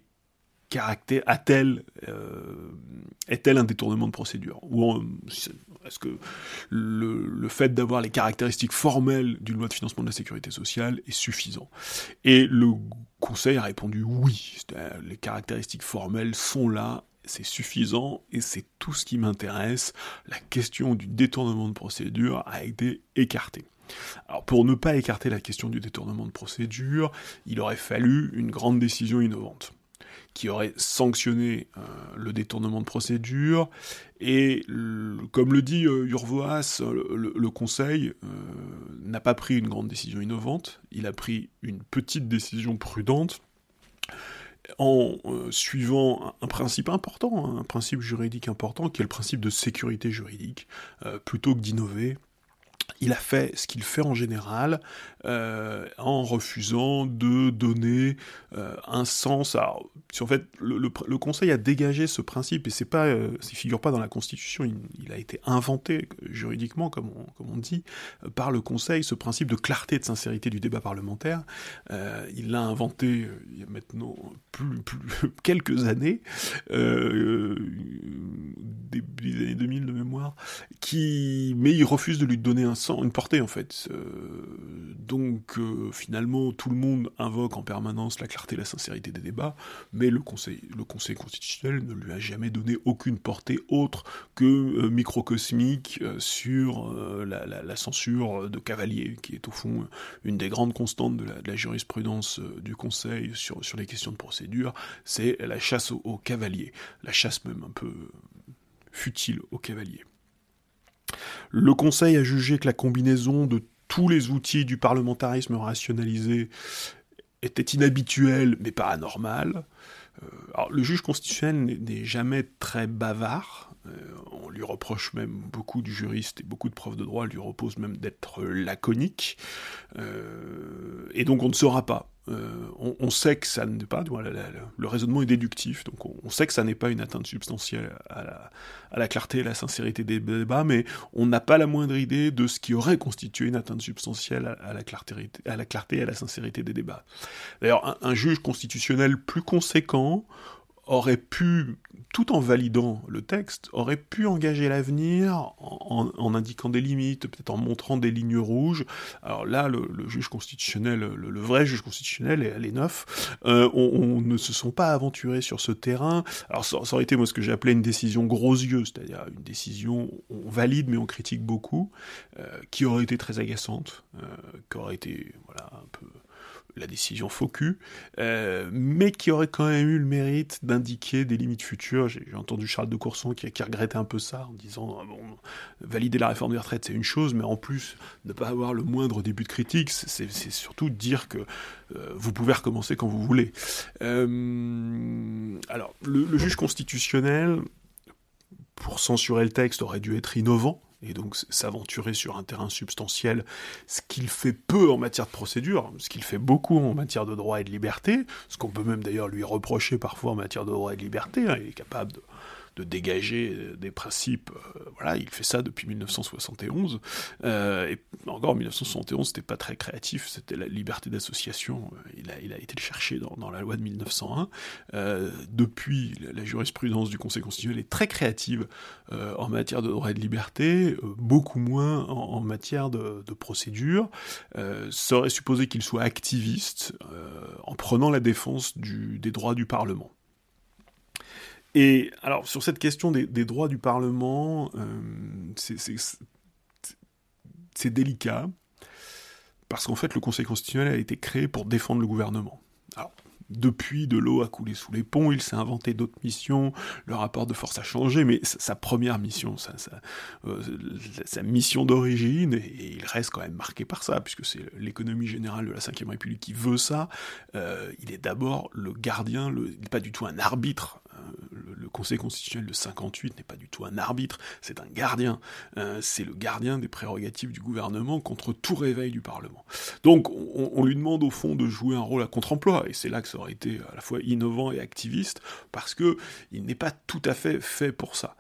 un détournement de procédure? Ou est-ce que le fait d'avoir les caractéristiques formelles d'une loi de financement de la sécurité sociale est suffisant? Et le Conseil a répondu oui, les caractéristiques formelles sont là, c'est suffisant, et c'est tout ce qui m'intéresse. La question du détournement de procédure a été écartée. Alors, pour ne pas écarter la question du détournement de procédure, il aurait fallu une grande décision innovante, qui aurait sanctionné le détournement de procédure, et comme le dit Urvoas, le Conseil n'a pas pris une grande décision innovante, il a pris une petite décision prudente, en suivant un principe important, un principe juridique important, qui est le principe de sécurité juridique, plutôt que d'innover. Il a fait ce qu'il fait en général, en refusant de donner un sens. Alors, en fait, le Conseil a dégagé ce principe, et ça figure pas dans la Constitution, il a été inventé juridiquement, comme on dit, par le Conseil, ce principe de clarté et de sincérité du débat parlementaire. Il l'a inventé il y a maintenant plus quelques années, début des années 2000 de mémoire, mais il refuse de lui donner une portée, en fait, Donc finalement, tout le monde invoque en permanence la clarté et la sincérité des débats, mais le Conseil constitutionnel ne lui a jamais donné aucune portée autre que microcosmique sur la censure de Cavalier, qui est au fond une des grandes constantes de la jurisprudence du Conseil sur les questions de procédure, c'est la chasse aux cavaliers, la chasse même un peu futile aux cavaliers. Le Conseil a jugé que la combinaison de tous les outils du parlementarisme rationalisé était inhabituelle, mais pas anormale. Alors, le juge constitutionnel n'est jamais très bavard. On lui reproche même, beaucoup de juristes et beaucoup de profs de droit lui reposent même d'être laconique. Et donc on ne saura pas. On sait que ça n'est pas, le raisonnement est déductif, donc on sait que ça n'est pas une atteinte substantielle à la clarté et à la sincérité des débats, mais on n'a pas la moindre idée de ce qui aurait constitué une atteinte substantielle à la clarté et à la sincérité des débats. D'ailleurs, un juge constitutionnel plus conséquent aurait pu, tout en validant le texte, aurait pu engager l'avenir en indiquant des limites, peut-être en montrant des lignes rouges. Alors là, le juge constitutionnel, le vrai juge constitutionnel, les 9, on ne se sont pas aventurés sur ce terrain. Alors ça aurait été, moi, ce que j'ai appelé une décision gros yeux, c'est-à-dire une décision, on valide mais on critique beaucoup, qui aurait été très agaçante, qui aurait été, un peu la décision faux cul, mais qui aurait quand même eu le mérite d'indiquer des limites futures. J'ai entendu Charles de Courson qui regrettait un peu ça, en disant valider la réforme des retraites c'est une chose, mais en plus, ne pas avoir le moindre début de critique, c'est surtout dire que vous pouvez recommencer quand vous voulez. Alors, le juge constitutionnel, pour censurer le texte, aurait dû être innovant, et donc s'aventurer sur un terrain substantiel, ce qu'il fait peu en matière de procédure, ce qu'il fait beaucoup en matière de droit et de liberté, ce qu'on peut même d'ailleurs lui reprocher parfois en matière de droit et de liberté, il est capable de dégager des principes, il fait ça depuis 1971, et encore en 1971 c'était pas très créatif, c'était la liberté d'association, il a été le chercher dans la loi de 1901, depuis la jurisprudence du Conseil constitutionnel est très créative en matière de droit et de liberté, beaucoup moins en matière de procédure. Ça aurait supposé qu'il soit activiste en prenant la défense des droits du Parlement. Et alors, sur cette question des droits du Parlement, c'est délicat, parce qu'en fait, le Conseil constitutionnel a été créé pour défendre le gouvernement. Alors, depuis, de l'eau a coulé sous les ponts, il s'est inventé d'autres missions, le rapport de force a changé, mais sa première mission, sa mission d'origine, et il reste quand même marqué par ça, puisque c'est l'économie générale de la Ve République qui veut ça, il est d'abord le gardien, il n'est pas du tout un arbitre. Le Conseil constitutionnel de 58 n'est pas du tout un arbitre, c'est un gardien. C'est le gardien des prérogatives du gouvernement contre tout réveil du Parlement. Donc on lui demande au fond de jouer un rôle à contre-emploi, et c'est là que ça aurait été à la fois innovant et activiste, parce que il n'est pas tout à fait pour ça.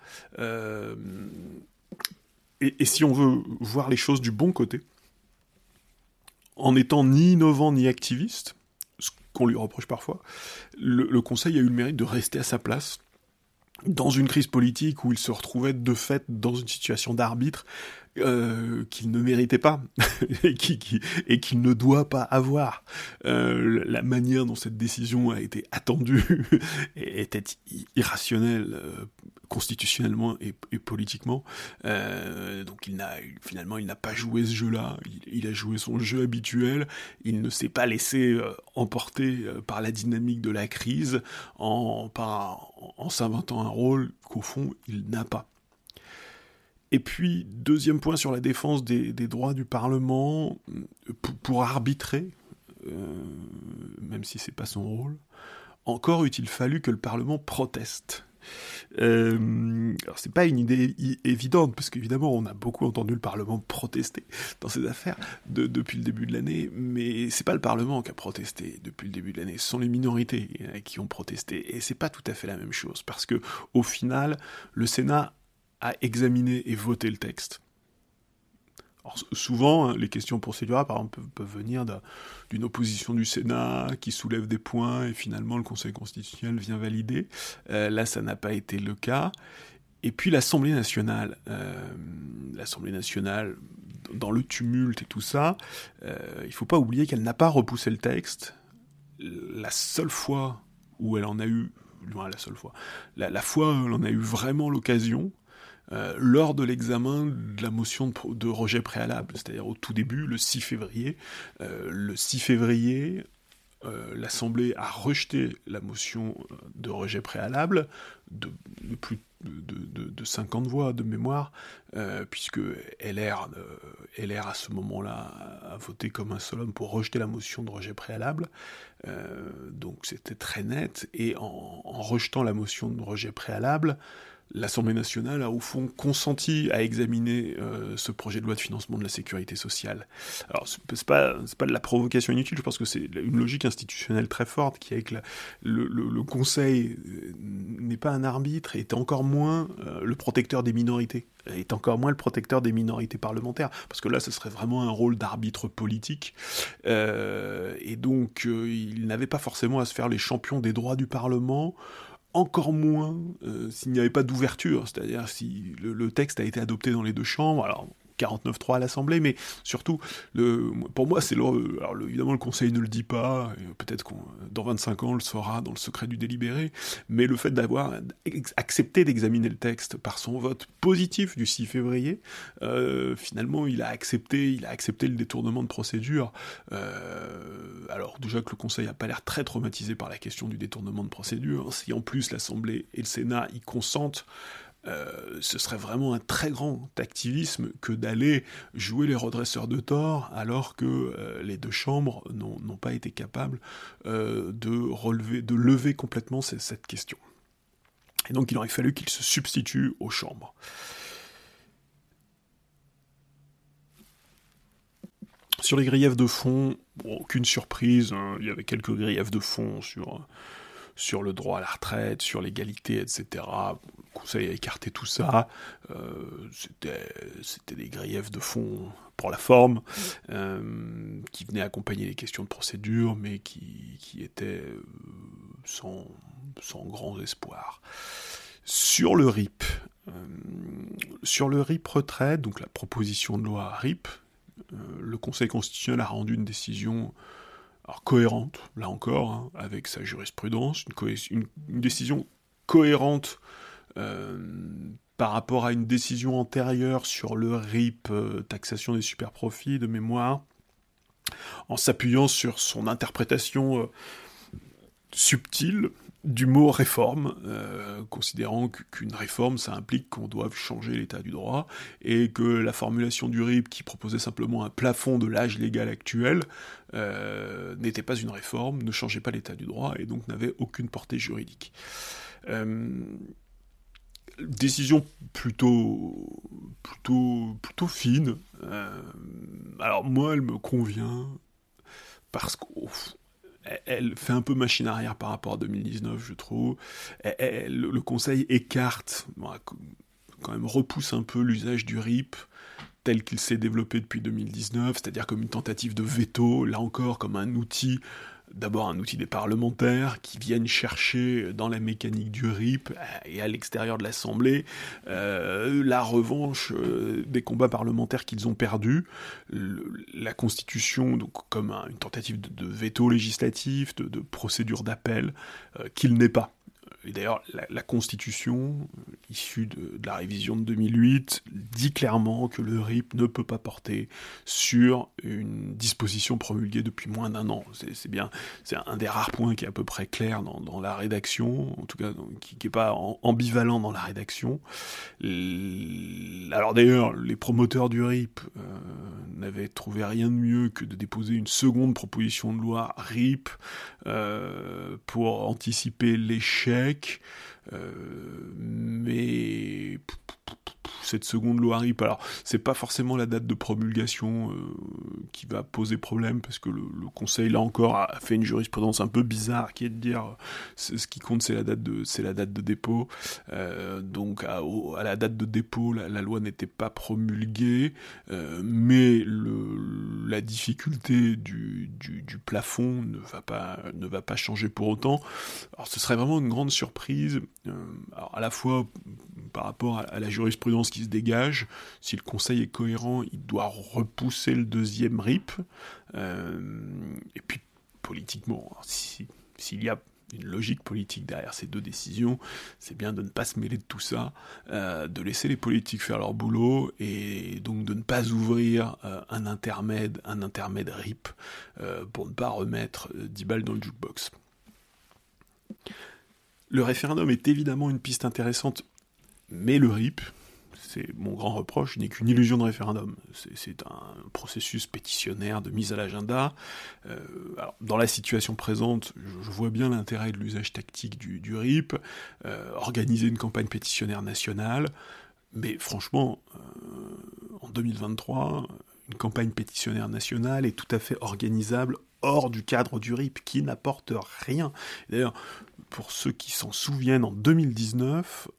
Et si on veut voir les choses du bon côté, en étant ni innovant ni activiste, ce qu'on lui reproche parfois, le Conseil a eu le mérite de rester à sa place, dans une crise politique où il se retrouvait de fait dans une situation d'arbitre qu'il ne méritait pas et qu'il ne doit pas avoir. La manière dont cette décision a été attendue était irrationnelle constitutionnellement et politiquement. Donc finalement il n'a pas joué ce jeu-là, il a joué son jeu habituel, il ne s'est pas laissé emporter par la dynamique de la crise en s'inventant un rôle qu'au fond il n'a pas. Et puis, deuxième point sur la défense des droits du Parlement, pour arbitrer, même si c'est pas son rôle, encore eût-il fallu que le Parlement proteste. Alors c'est pas une idée évidente, parce qu'évidemment on a beaucoup entendu le Parlement protester dans ces affaires depuis le début de l'année, mais c'est pas le Parlement qui a protesté depuis le début de l'année, ce sont les minorités qui ont protesté, et c'est pas tout à fait la même chose, parce que au final, le Sénat a examiné et voté le texte. Alors, souvent, les questions procédurales, par exemple, peuvent venir d'une opposition du Sénat qui soulève des points et finalement le Conseil constitutionnel vient valider. Là, ça n'a pas été le cas. Et puis l'Assemblée nationale, dans le tumulte et tout ça, il faut pas oublier qu'elle n'a pas repoussé le texte. La seule fois où elle en a eu, la fois où elle en a eu vraiment l'occasion, lors de l'examen de la motion de rejet préalable, c'est-à-dire au tout début, le 6 février. Le 6 février, l'Assemblée a rejeté la motion de rejet préalable de plus de 50 voix de mémoire, puisque LR à ce moment-là a voté comme un seul homme pour rejeter la motion de rejet préalable, donc c'était très net, et en rejetant la motion de rejet préalable, l'Assemblée nationale a au fond consenti à examiner ce projet de loi de financement de la sécurité sociale. Alors c'est pas de la provocation inutile, je pense que c'est une logique institutionnelle très forte qui est que le Conseil n'est pas un arbitre et est encore moins le protecteur des minorités, est encore moins le protecteur des minorités parlementaires, parce que là ce serait vraiment un rôle d'arbitre politique, et donc il n'avait pas forcément à se faire les champions des droits du Parlement, encore moins s'il n'y avait pas d'ouverture, c'est-à-dire si le texte a été adopté dans les deux chambres, alors 49-3 à l'Assemblée, mais surtout, pour moi, évidemment, le Conseil ne le dit pas, et peut-être qu'on, dans 25 ans, on le saura dans le secret du délibéré, mais le fait d'avoir accepté d'examiner le texte par son vote positif du 6 février, finalement, il a accepté le détournement de procédure. Alors, déjà que le Conseil n'a pas l'air très traumatisé par la question du détournement de procédure, si en plus l'Assemblée et le Sénat y consentent, ce serait vraiment un très grand activisme que d'aller jouer les redresseurs de tort alors que les deux chambres n'ont pas été capables de lever complètement cette question. Et donc il aurait fallu qu'ils se substituent aux chambres. Sur les griefs de fond, aucune surprise, hein, il y avait quelques griefs de fond sur le droit à la retraite, sur l'égalité, etc. Le Conseil a écarté tout ça. C'était des griefs de fond pour la forme, qui venaient accompagner les questions de procédure, mais qui étaient sans grand espoir. Sur le RIP retraite, donc la proposition de loi RIP, le Conseil constitutionnel a rendu une décision cohérente, là encore, hein, avec sa jurisprudence, une décision cohérente par rapport à une décision antérieure sur le RIP, taxation des superprofits de mémoire, en s'appuyant sur son interprétation subtile du mot réforme, considérant qu'une réforme, ça implique qu'on doive changer l'état du droit, et que la formulation du RIP, qui proposait simplement un plafond de l'âge légal actuel, n'était pas une réforme, ne changeait pas l'état du droit, et donc n'avait aucune portée juridique. Décision plutôt fine. Alors moi, elle me convient, parce qu'elle fait un peu machine arrière par rapport à 2019, je trouve. Le Conseil écarte, quand même repousse un peu l'usage du RIP tel qu'il s'est développé depuis 2019, c'est-à-dire comme une tentative de veto, là encore comme un outil, d'abord un outil des parlementaires qui viennent chercher dans la mécanique du RIP et à l'extérieur de l'Assemblée la revanche des combats parlementaires qu'ils ont perdus, la Constitution donc comme une tentative de veto législatif, de procédure d'appel, qu'il n'est pas. Et d'ailleurs, la Constitution, issue de la révision de 2008, dit clairement que le RIP ne peut pas porter sur une disposition promulguée depuis moins d'1 an. C'est un des rares points qui est à peu près clair dans la rédaction, en tout cas qui n'est pas ambivalent dans la rédaction. Alors d'ailleurs, les promoteurs du RIP n'avaient trouvé rien de mieux que de déposer une seconde proposition de loi RIP pour anticiper l'échec, mais cette seconde loi RIP, alors c'est pas forcément la date de promulgation qui va poser problème, parce que le Conseil là encore a fait une jurisprudence un peu bizarre qui est de dire ce qui compte c'est la date de dépôt, donc à la date de dépôt la loi n'était pas promulguée, mais la difficulté du plafond ne va pas changer pour autant. Alors ce serait vraiment une grande surprise, alors à la fois par rapport à la jurisprudence qui se dégage. Si le Conseil est cohérent, il doit repousser le deuxième RIP, et puis politiquement, s'il y a une logique politique derrière ces deux décisions, c'est bien de ne pas se mêler de tout ça, de laisser les politiques faire leur boulot, et donc de ne pas ouvrir un intermède RIP, pour ne pas remettre 10 balles dans le jukebox. Le référendum est évidemment une piste intéressante, mais le RIP, c'est mon grand reproche, n'est qu'une illusion de référendum. C'est un processus pétitionnaire de mise à l'agenda. Alors, dans la situation présente, je vois bien l'intérêt de l'usage tactique du RIP, organiser une campagne pétitionnaire nationale, mais franchement, en 2023, une campagne pétitionnaire nationale est tout à fait organisable hors du cadre du RIP, qui n'apporte rien. D'ailleurs, pour ceux qui s'en souviennent, en 2019,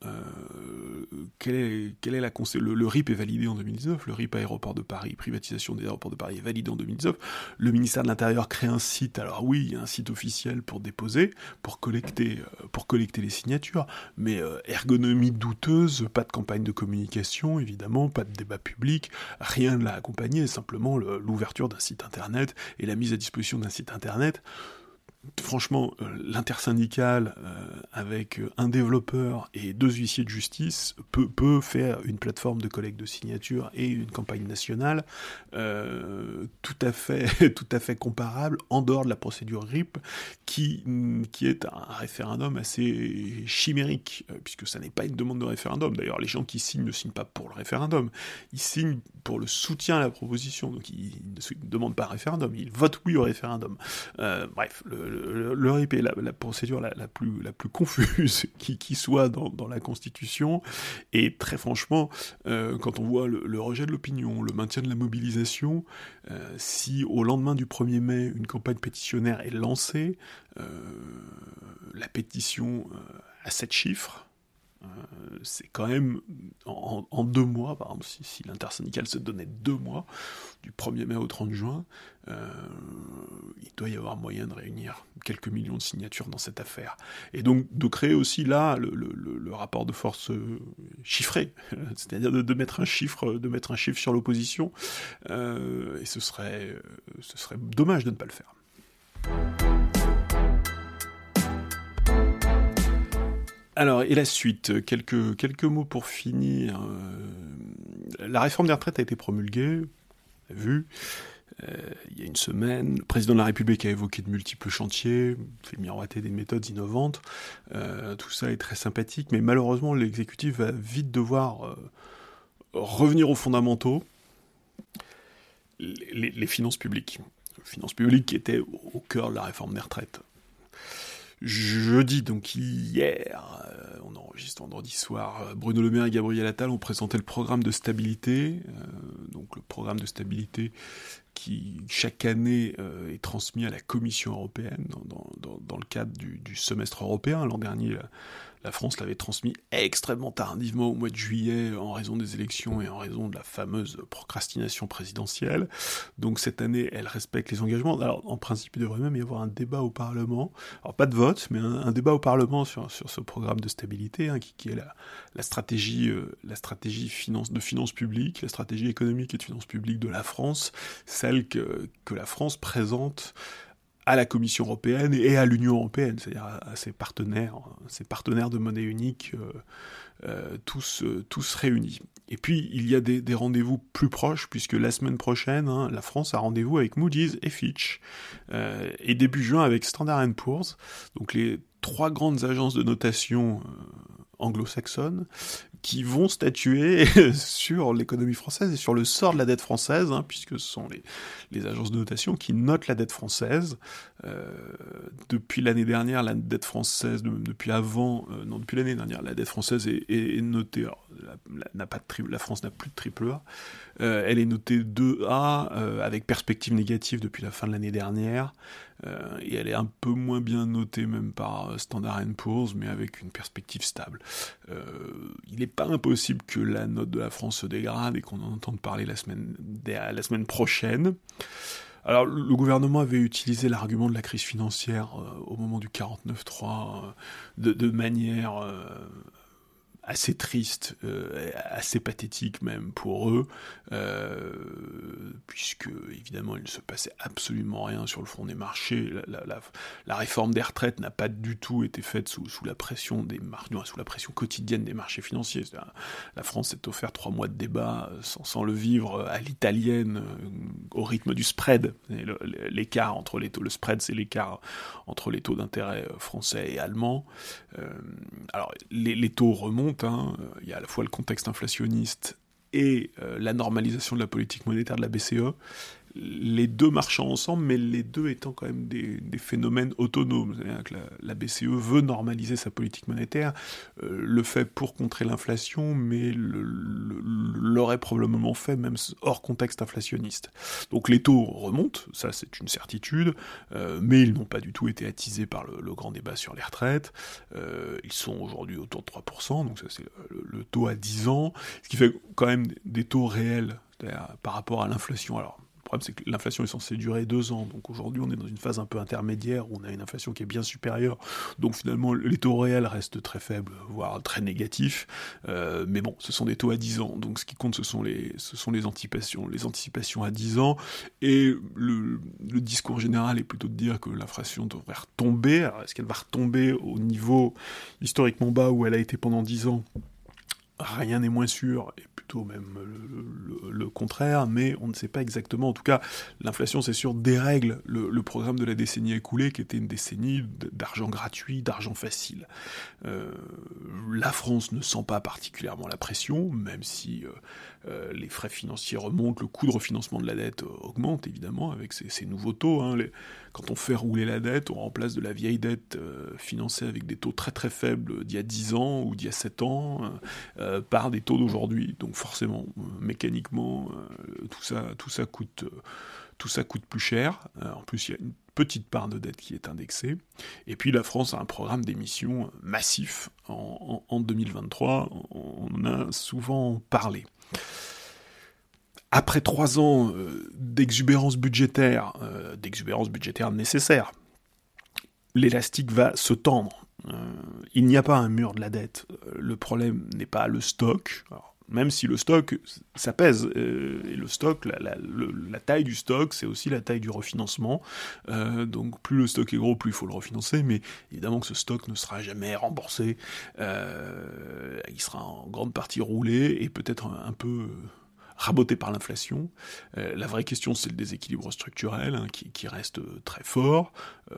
le RIP est validé en 2019, le RIP Aéroport de Paris, privatisation des aéroports de Paris, est validé en 2019, le ministère de l'Intérieur crée un site, alors oui, il y a un site officiel pour déposer, pour collecter les signatures, mais ergonomie douteuse, pas de campagne de communication, évidemment, pas de débat public, rien ne l'a accompagné, simplement l'ouverture d'un site internet et la mise à disposition d'un site internet. Franchement, l'intersyndicale, avec un développeur et 2 huissiers de justice, peut faire une plateforme de collecte de signatures et une campagne nationale tout à fait comparable, en dehors de la procédure RIP, qui est un référendum assez chimérique, puisque ça n'est pas une demande de référendum. D'ailleurs, les gens qui signent ne signent pas pour le référendum, ils signent pour le soutien à la proposition, donc ils ne demandent pas un référendum, ils votent oui au référendum. Bref, le RIP est la procédure la plus confuse qui soit dans la Constitution, et très franchement, quand on voit le rejet de l'opinion, le maintien de la mobilisation, si au lendemain du 1er mai, une campagne pétitionnaire est lancée, la pétition à 7 chiffres, c'est quand même en 2 mois, par exemple, si l'intersyndicale se donnait 2 mois, du 1er mai au 30 juin, il doit y avoir moyen de réunir quelques millions de signatures dans cette affaire. Et donc de créer aussi là le rapport de force chiffré, c'est-à-dire de mettre un chiffre sur l'opposition, et ce serait dommage de ne pas le faire. Alors, et la suite, quelques mots pour finir. La réforme des retraites a été promulguée, on l'a vu, il y a une semaine. Le président de la République a évoqué de multiples chantiers, fait miroiter des méthodes innovantes. Tout ça est très sympathique, mais malheureusement, l'exécutif va vite devoir revenir aux fondamentaux, les finances publiques. Les finances publiques qui étaient au cœur de la réforme des retraites. Jeudi, donc hier, on enregistre vendredi soir, Bruno Le Maire et Gabriel Attal ont présenté le programme de stabilité, donc le programme de stabilité qui chaque année est transmis à la Commission européenne dans le cadre du semestre européen. L'an dernier, la France l'avait transmis extrêmement tardivement au mois de juillet en raison des élections et en raison de la fameuse procrastination présidentielle. Donc cette année, elle respecte les engagements. Alors en principe, il devrait même y avoir un débat au Parlement. Alors pas de vote, mais un débat au Parlement sur ce programme de stabilité, hein, qui est la stratégie de finances publiques, la stratégie économique et de finances publiques de la France, celle que la France présente à la Commission européenne et à l'Union européenne, c'est-à-dire à ses partenaires de monnaie unique, tous réunis. Et puis, il y a des rendez-vous plus proches, puisque la semaine prochaine, la France a rendez-vous avec Moody's et Fitch, et début juin avec Standard & Poor's, donc les 3 grandes agences de notation anglo-saxonnes, qui vont statuer sur l'économie française et sur le sort de la dette française, puisque ce sont les agences de notation qui notent la dette française. Depuis l'année dernière, la dette française, depuis l'année dernière, la dette française est notée, alors, la France n'a plus de triple A, elle est notée 2A, avec perspective négative depuis la fin de l'année dernière, et elle est un peu moins bien notée même par Standard & Poor's, mais avec une perspective stable. Il est pas impossible que la note de la France se dégrade et qu'on en entende parler la semaine prochaine. Alors, le gouvernement avait utilisé l'argument de la crise financière au moment du 49.3 de manière assez triste, assez pathétique même pour eux, puisque évidemment il ne se passait absolument rien sur le front des marchés. La réforme des retraites n'a pas du tout été faite sous la pression sous la pression quotidienne des marchés financiers. La France s'est offert 3 mois de débat sans le vivre à l'italienne, au rythme du spread. Et l'écart entre les taux, le spread c'est l'écart entre les taux d'intérêt français et allemands. Alors les taux remontent. Il y a à la fois le contexte inflationniste et la normalisation de la politique monétaire de la BCE, les deux marchant ensemble, mais les deux étant quand même des phénomènes autonomes. C'est-à-dire que la BCE veut normaliser sa politique monétaire, le fait pour contrer l'inflation, mais l'aurait probablement fait même hors contexte inflationniste. Donc les taux remontent, ça c'est une certitude, mais ils n'ont pas du tout été attisés par le grand débat sur les retraites. Ils sont aujourd'hui autour de 3%, donc ça c'est le taux à 10 ans, ce qui fait quand même des taux réels par rapport à l'inflation. Alors, le problème, c'est que l'inflation est censée durer 2 ans, donc aujourd'hui on est dans une phase un peu intermédiaire où on a une inflation qui est bien supérieure, donc finalement les taux réels restent très faibles, voire très négatifs, mais bon, ce sont des taux à 10 ans, donc ce qui compte ce sont les anticipations à 10 ans, et le discours général est plutôt de dire que l'inflation devrait retomber. Alors est-ce qu'elle va retomber au niveau historiquement bas où elle a été pendant 10 ans ? Rien n'est moins sûr, et plutôt même le contraire, mais on ne sait pas exactement. En tout cas, l'inflation, c'est sûr, dérègle le programme de la décennie écoulée, qui était une décennie d'argent gratuit, d'argent facile. La France ne sent pas particulièrement la pression, même si les frais financiers remontent, le coût de refinancement de la dette augmente, évidemment, avec ces nouveaux taux. Quand on fait rouler la dette, on remplace de la vieille dette financée avec des taux très très faibles d'il y a 10 ans ou d'il y a 7 ans, par des taux d'aujourd'hui. Donc forcément, mécaniquement, tout ça coûte plus cher. En plus, il y a une petite part de dette qui est indexée. Et puis la France a un programme d'émissions massif en 2023. On en a souvent parlé. Après 3 ans d'exubérance budgétaire nécessaire, l'élastique va se tendre. Il n'y a pas un mur de la dette. Le problème n'est pas le stock. Alors, même si le stock, ça pèse. Et le stock, la taille du stock, c'est aussi la taille du refinancement. Donc plus le stock est gros, plus il faut le refinancer. Mais évidemment que ce stock ne sera jamais remboursé. Il sera en grande partie roulé et peut-être un peu raboté par l'inflation. La vraie question, c'est le déséquilibre structurel qui reste très fort.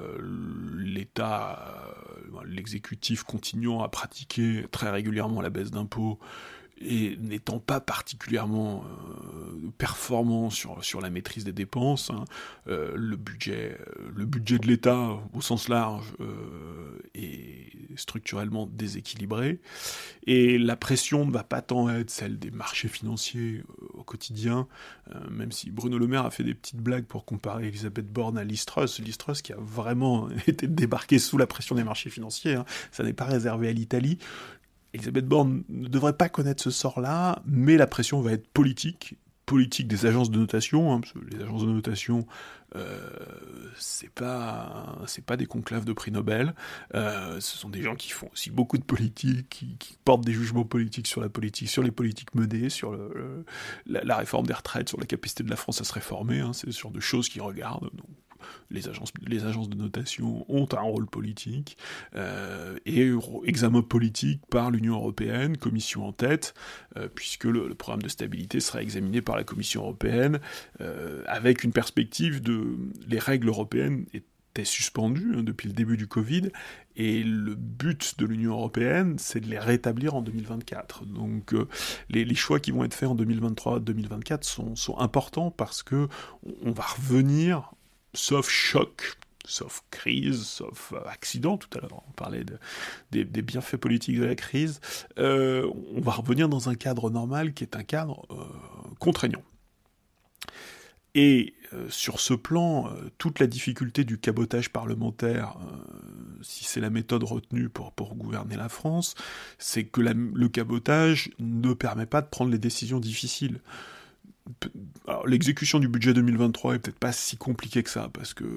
L'État, l'exécutif continuant à pratiquer très régulièrement la baisse d'impôts et n'étant pas particulièrement performant sur la maîtrise des dépenses, le budget de l'État au sens large est structurellement déséquilibré, et la pression ne va pas tant être celle des marchés financiers au quotidien, même si Bruno Le Maire a fait des petites blagues pour comparer Elisabeth Borne à Liz Truss qui a vraiment été débarquée sous la pression des marchés financiers, ça n'est pas réservé à l'Italie. Elisabeth Borne ne devrait pas connaître ce sort-là, mais la pression va être politique des agences de notation, parce que les agences de notation, c'est pas des conclaves de prix Nobel, ce sont des gens qui font aussi beaucoup de politique, qui portent des jugements politiques sur la politique, sur les politiques menées, sur la réforme des retraites, sur la capacité de la France à se réformer, c'est ce genre de choses qu'ils regardent. Donc, les agences de notation ont un rôle politique, et examen politique par l'Union européenne, Commission en tête, puisque le programme de stabilité sera examiné par la Commission européenne, avec une perspective les règles européennes étaient suspendues depuis le début du Covid, et le but de l'Union européenne, c'est de les rétablir en 2024. Donc les choix qui vont être faits en 2023-2024 sont importants, parce que on va revenir, sauf choc, sauf crise, sauf accident, tout à l'heure on parlait des bienfaits politiques de la crise, on va revenir dans un cadre normal qui est un cadre contraignant. Et sur ce plan, toute la difficulté du cabotage parlementaire, si c'est la méthode retenue pour gouverner la France, c'est que le cabotage ne permet pas de prendre les décisions difficiles. Alors, l'exécution du budget 2023 est peut-être pas si compliquée que ça, parce que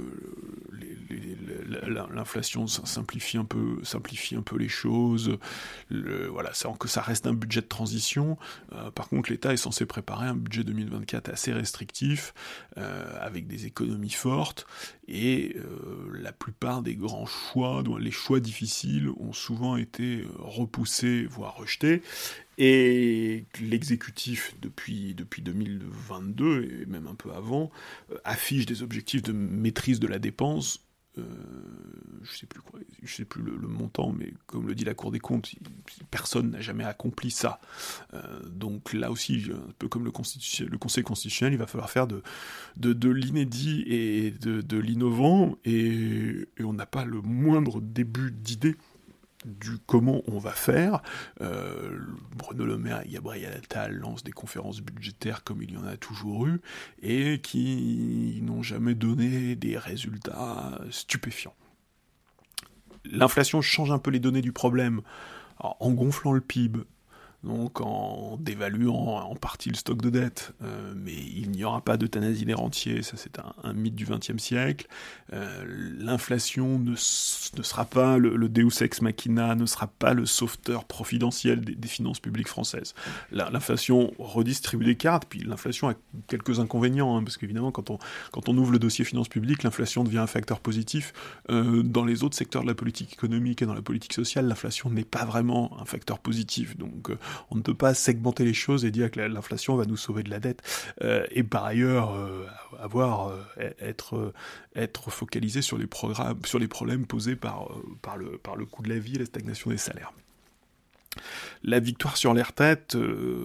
l'inflation simplifie un peu les choses. Voilà, ça reste un budget de transition. Par contre, l'État est censé préparer un budget 2024 assez restrictif, avec des économies fortes, et la plupart des grands choix, les choix difficiles, ont souvent été repoussés, voire rejetés. Et l'exécutif, depuis 2022, et même un peu avant, affiche des objectifs de maîtrise de la dépense. Je sais plus le montant, mais comme le dit la Cour des comptes, personne n'a jamais accompli ça. Donc là aussi, un peu comme le Conseil constitutionnel, il va falloir faire de l'inédit et de l'innovant, et on n'a pas le moindre début d'idée du comment on va faire. Bruno Le Maire et Gabriel Attal lancent des conférences budgétaires comme il y en a toujours eu, et qui n'ont jamais donné des résultats stupéfiants. L'inflation change un peu les données du problème, en gonflant le PIB, donc en dévaluant en partie le stock de dette, mais il n'y aura pas d'euthanasie des rentiers, ça c'est un mythe du XXe siècle. L'inflation ne sera pas le Deus ex machina, ne sera pas le sauveteur providentiel des finances publiques françaises. L'inflation redistribue des cartes, puis l'inflation a quelques inconvénients, parce qu'évidemment quand on ouvre le dossier finances publiques, l'inflation devient un facteur positif. Dans les autres secteurs de la politique économique et dans la politique sociale, l'inflation n'est pas vraiment un facteur positif, donc on ne peut pas segmenter les choses et dire que l'inflation va nous sauver de la dette, et par ailleurs être focalisé sur les problèmes posés par le coût de la vie et la stagnation des salaires. La victoire sur les retraites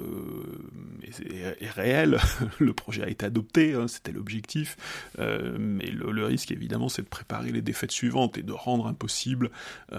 est réelle, le projet a été adopté, c'était l'objectif, mais le risque évidemment c'est de préparer les défaites suivantes et de rendre impossible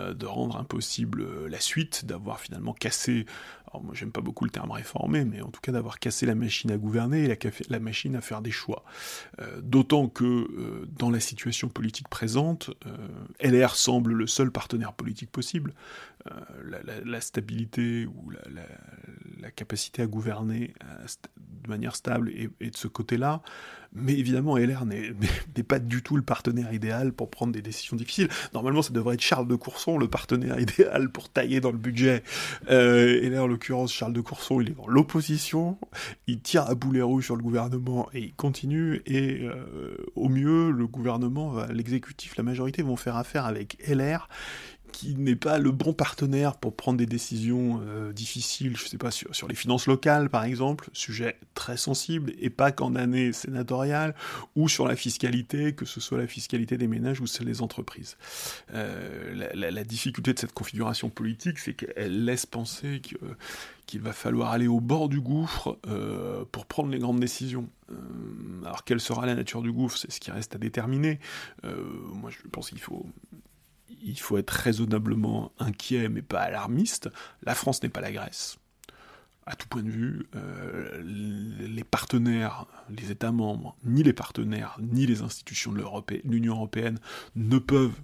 la suite, d'avoir finalement cassé, alors moi j'aime pas beaucoup le terme réformer, mais en tout cas d'avoir cassé la machine à gouverner et la machine à faire des choix. D'autant que dans la situation politique présente, LR semble le seul partenaire politique possible. La stabilité ou la capacité à gouverner de manière stable est de ce côté-là, mais évidemment LR n'est pas du tout le partenaire idéal pour prendre des décisions difficiles. Normalement ça devrait être Charles de Courson le partenaire idéal pour tailler dans le budget, et là en l'occurrence Charles de Courson il est dans l'opposition, il tire à boulet rouge sur le gouvernement et il continue, et au mieux le gouvernement, l'exécutif, la majorité vont faire affaire avec LR, qui n'est pas le bon partenaire pour prendre des décisions difficiles, je sais pas, sur les finances locales par exemple, sujet très sensible, et pas qu'en année sénatoriale, ou sur la fiscalité, que ce soit la fiscalité des ménages ou celle des entreprises. La difficulté de cette configuration politique, c'est qu'elle laisse penser qu'il va falloir aller au bord du gouffre pour prendre les grandes décisions. Alors quelle sera la nature du gouffre, c'est ce qui reste à déterminer. Moi je pense qu'il faut être raisonnablement inquiet, mais pas alarmiste. La France n'est pas la Grèce, à tout point de vue. Les partenaires, les États membres, ni les partenaires, ni les institutions de l'Union européenne ne peuvent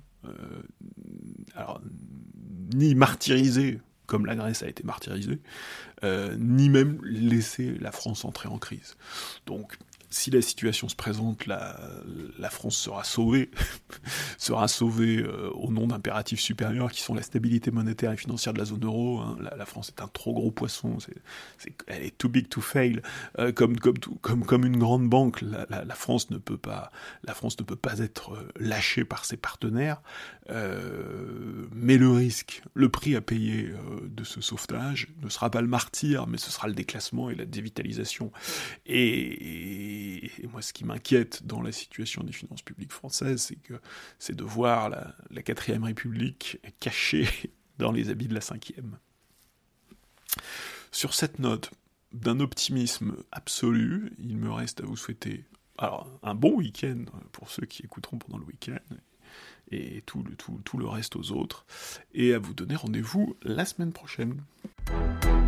ni martyriser, comme la Grèce a été martyrisée, ni même laisser la France entrer en crise. Donc, si la situation se présente, la France sera sauvée, au nom d'impératifs supérieurs qui sont la stabilité monétaire et financière de la zone euro. La France est un trop gros poisson, elle est too big to fail. Comme une grande banque, la France ne peut pas être lâchée par ses partenaires. Mais le prix à payer de ce sauvetage ne sera pas le martyre, mais ce sera le déclassement et la dévitalisation. Et moi, ce qui m'inquiète dans la situation des finances publiques françaises, c'est de voir la 4ème République cachée dans les habits de la 5e. Sur cette note d'un optimisme absolu, il me reste à vous souhaiter un bon week-end pour ceux qui écouteront pendant le week-end, et tout le reste aux autres, et à vous donner rendez-vous la semaine prochaine.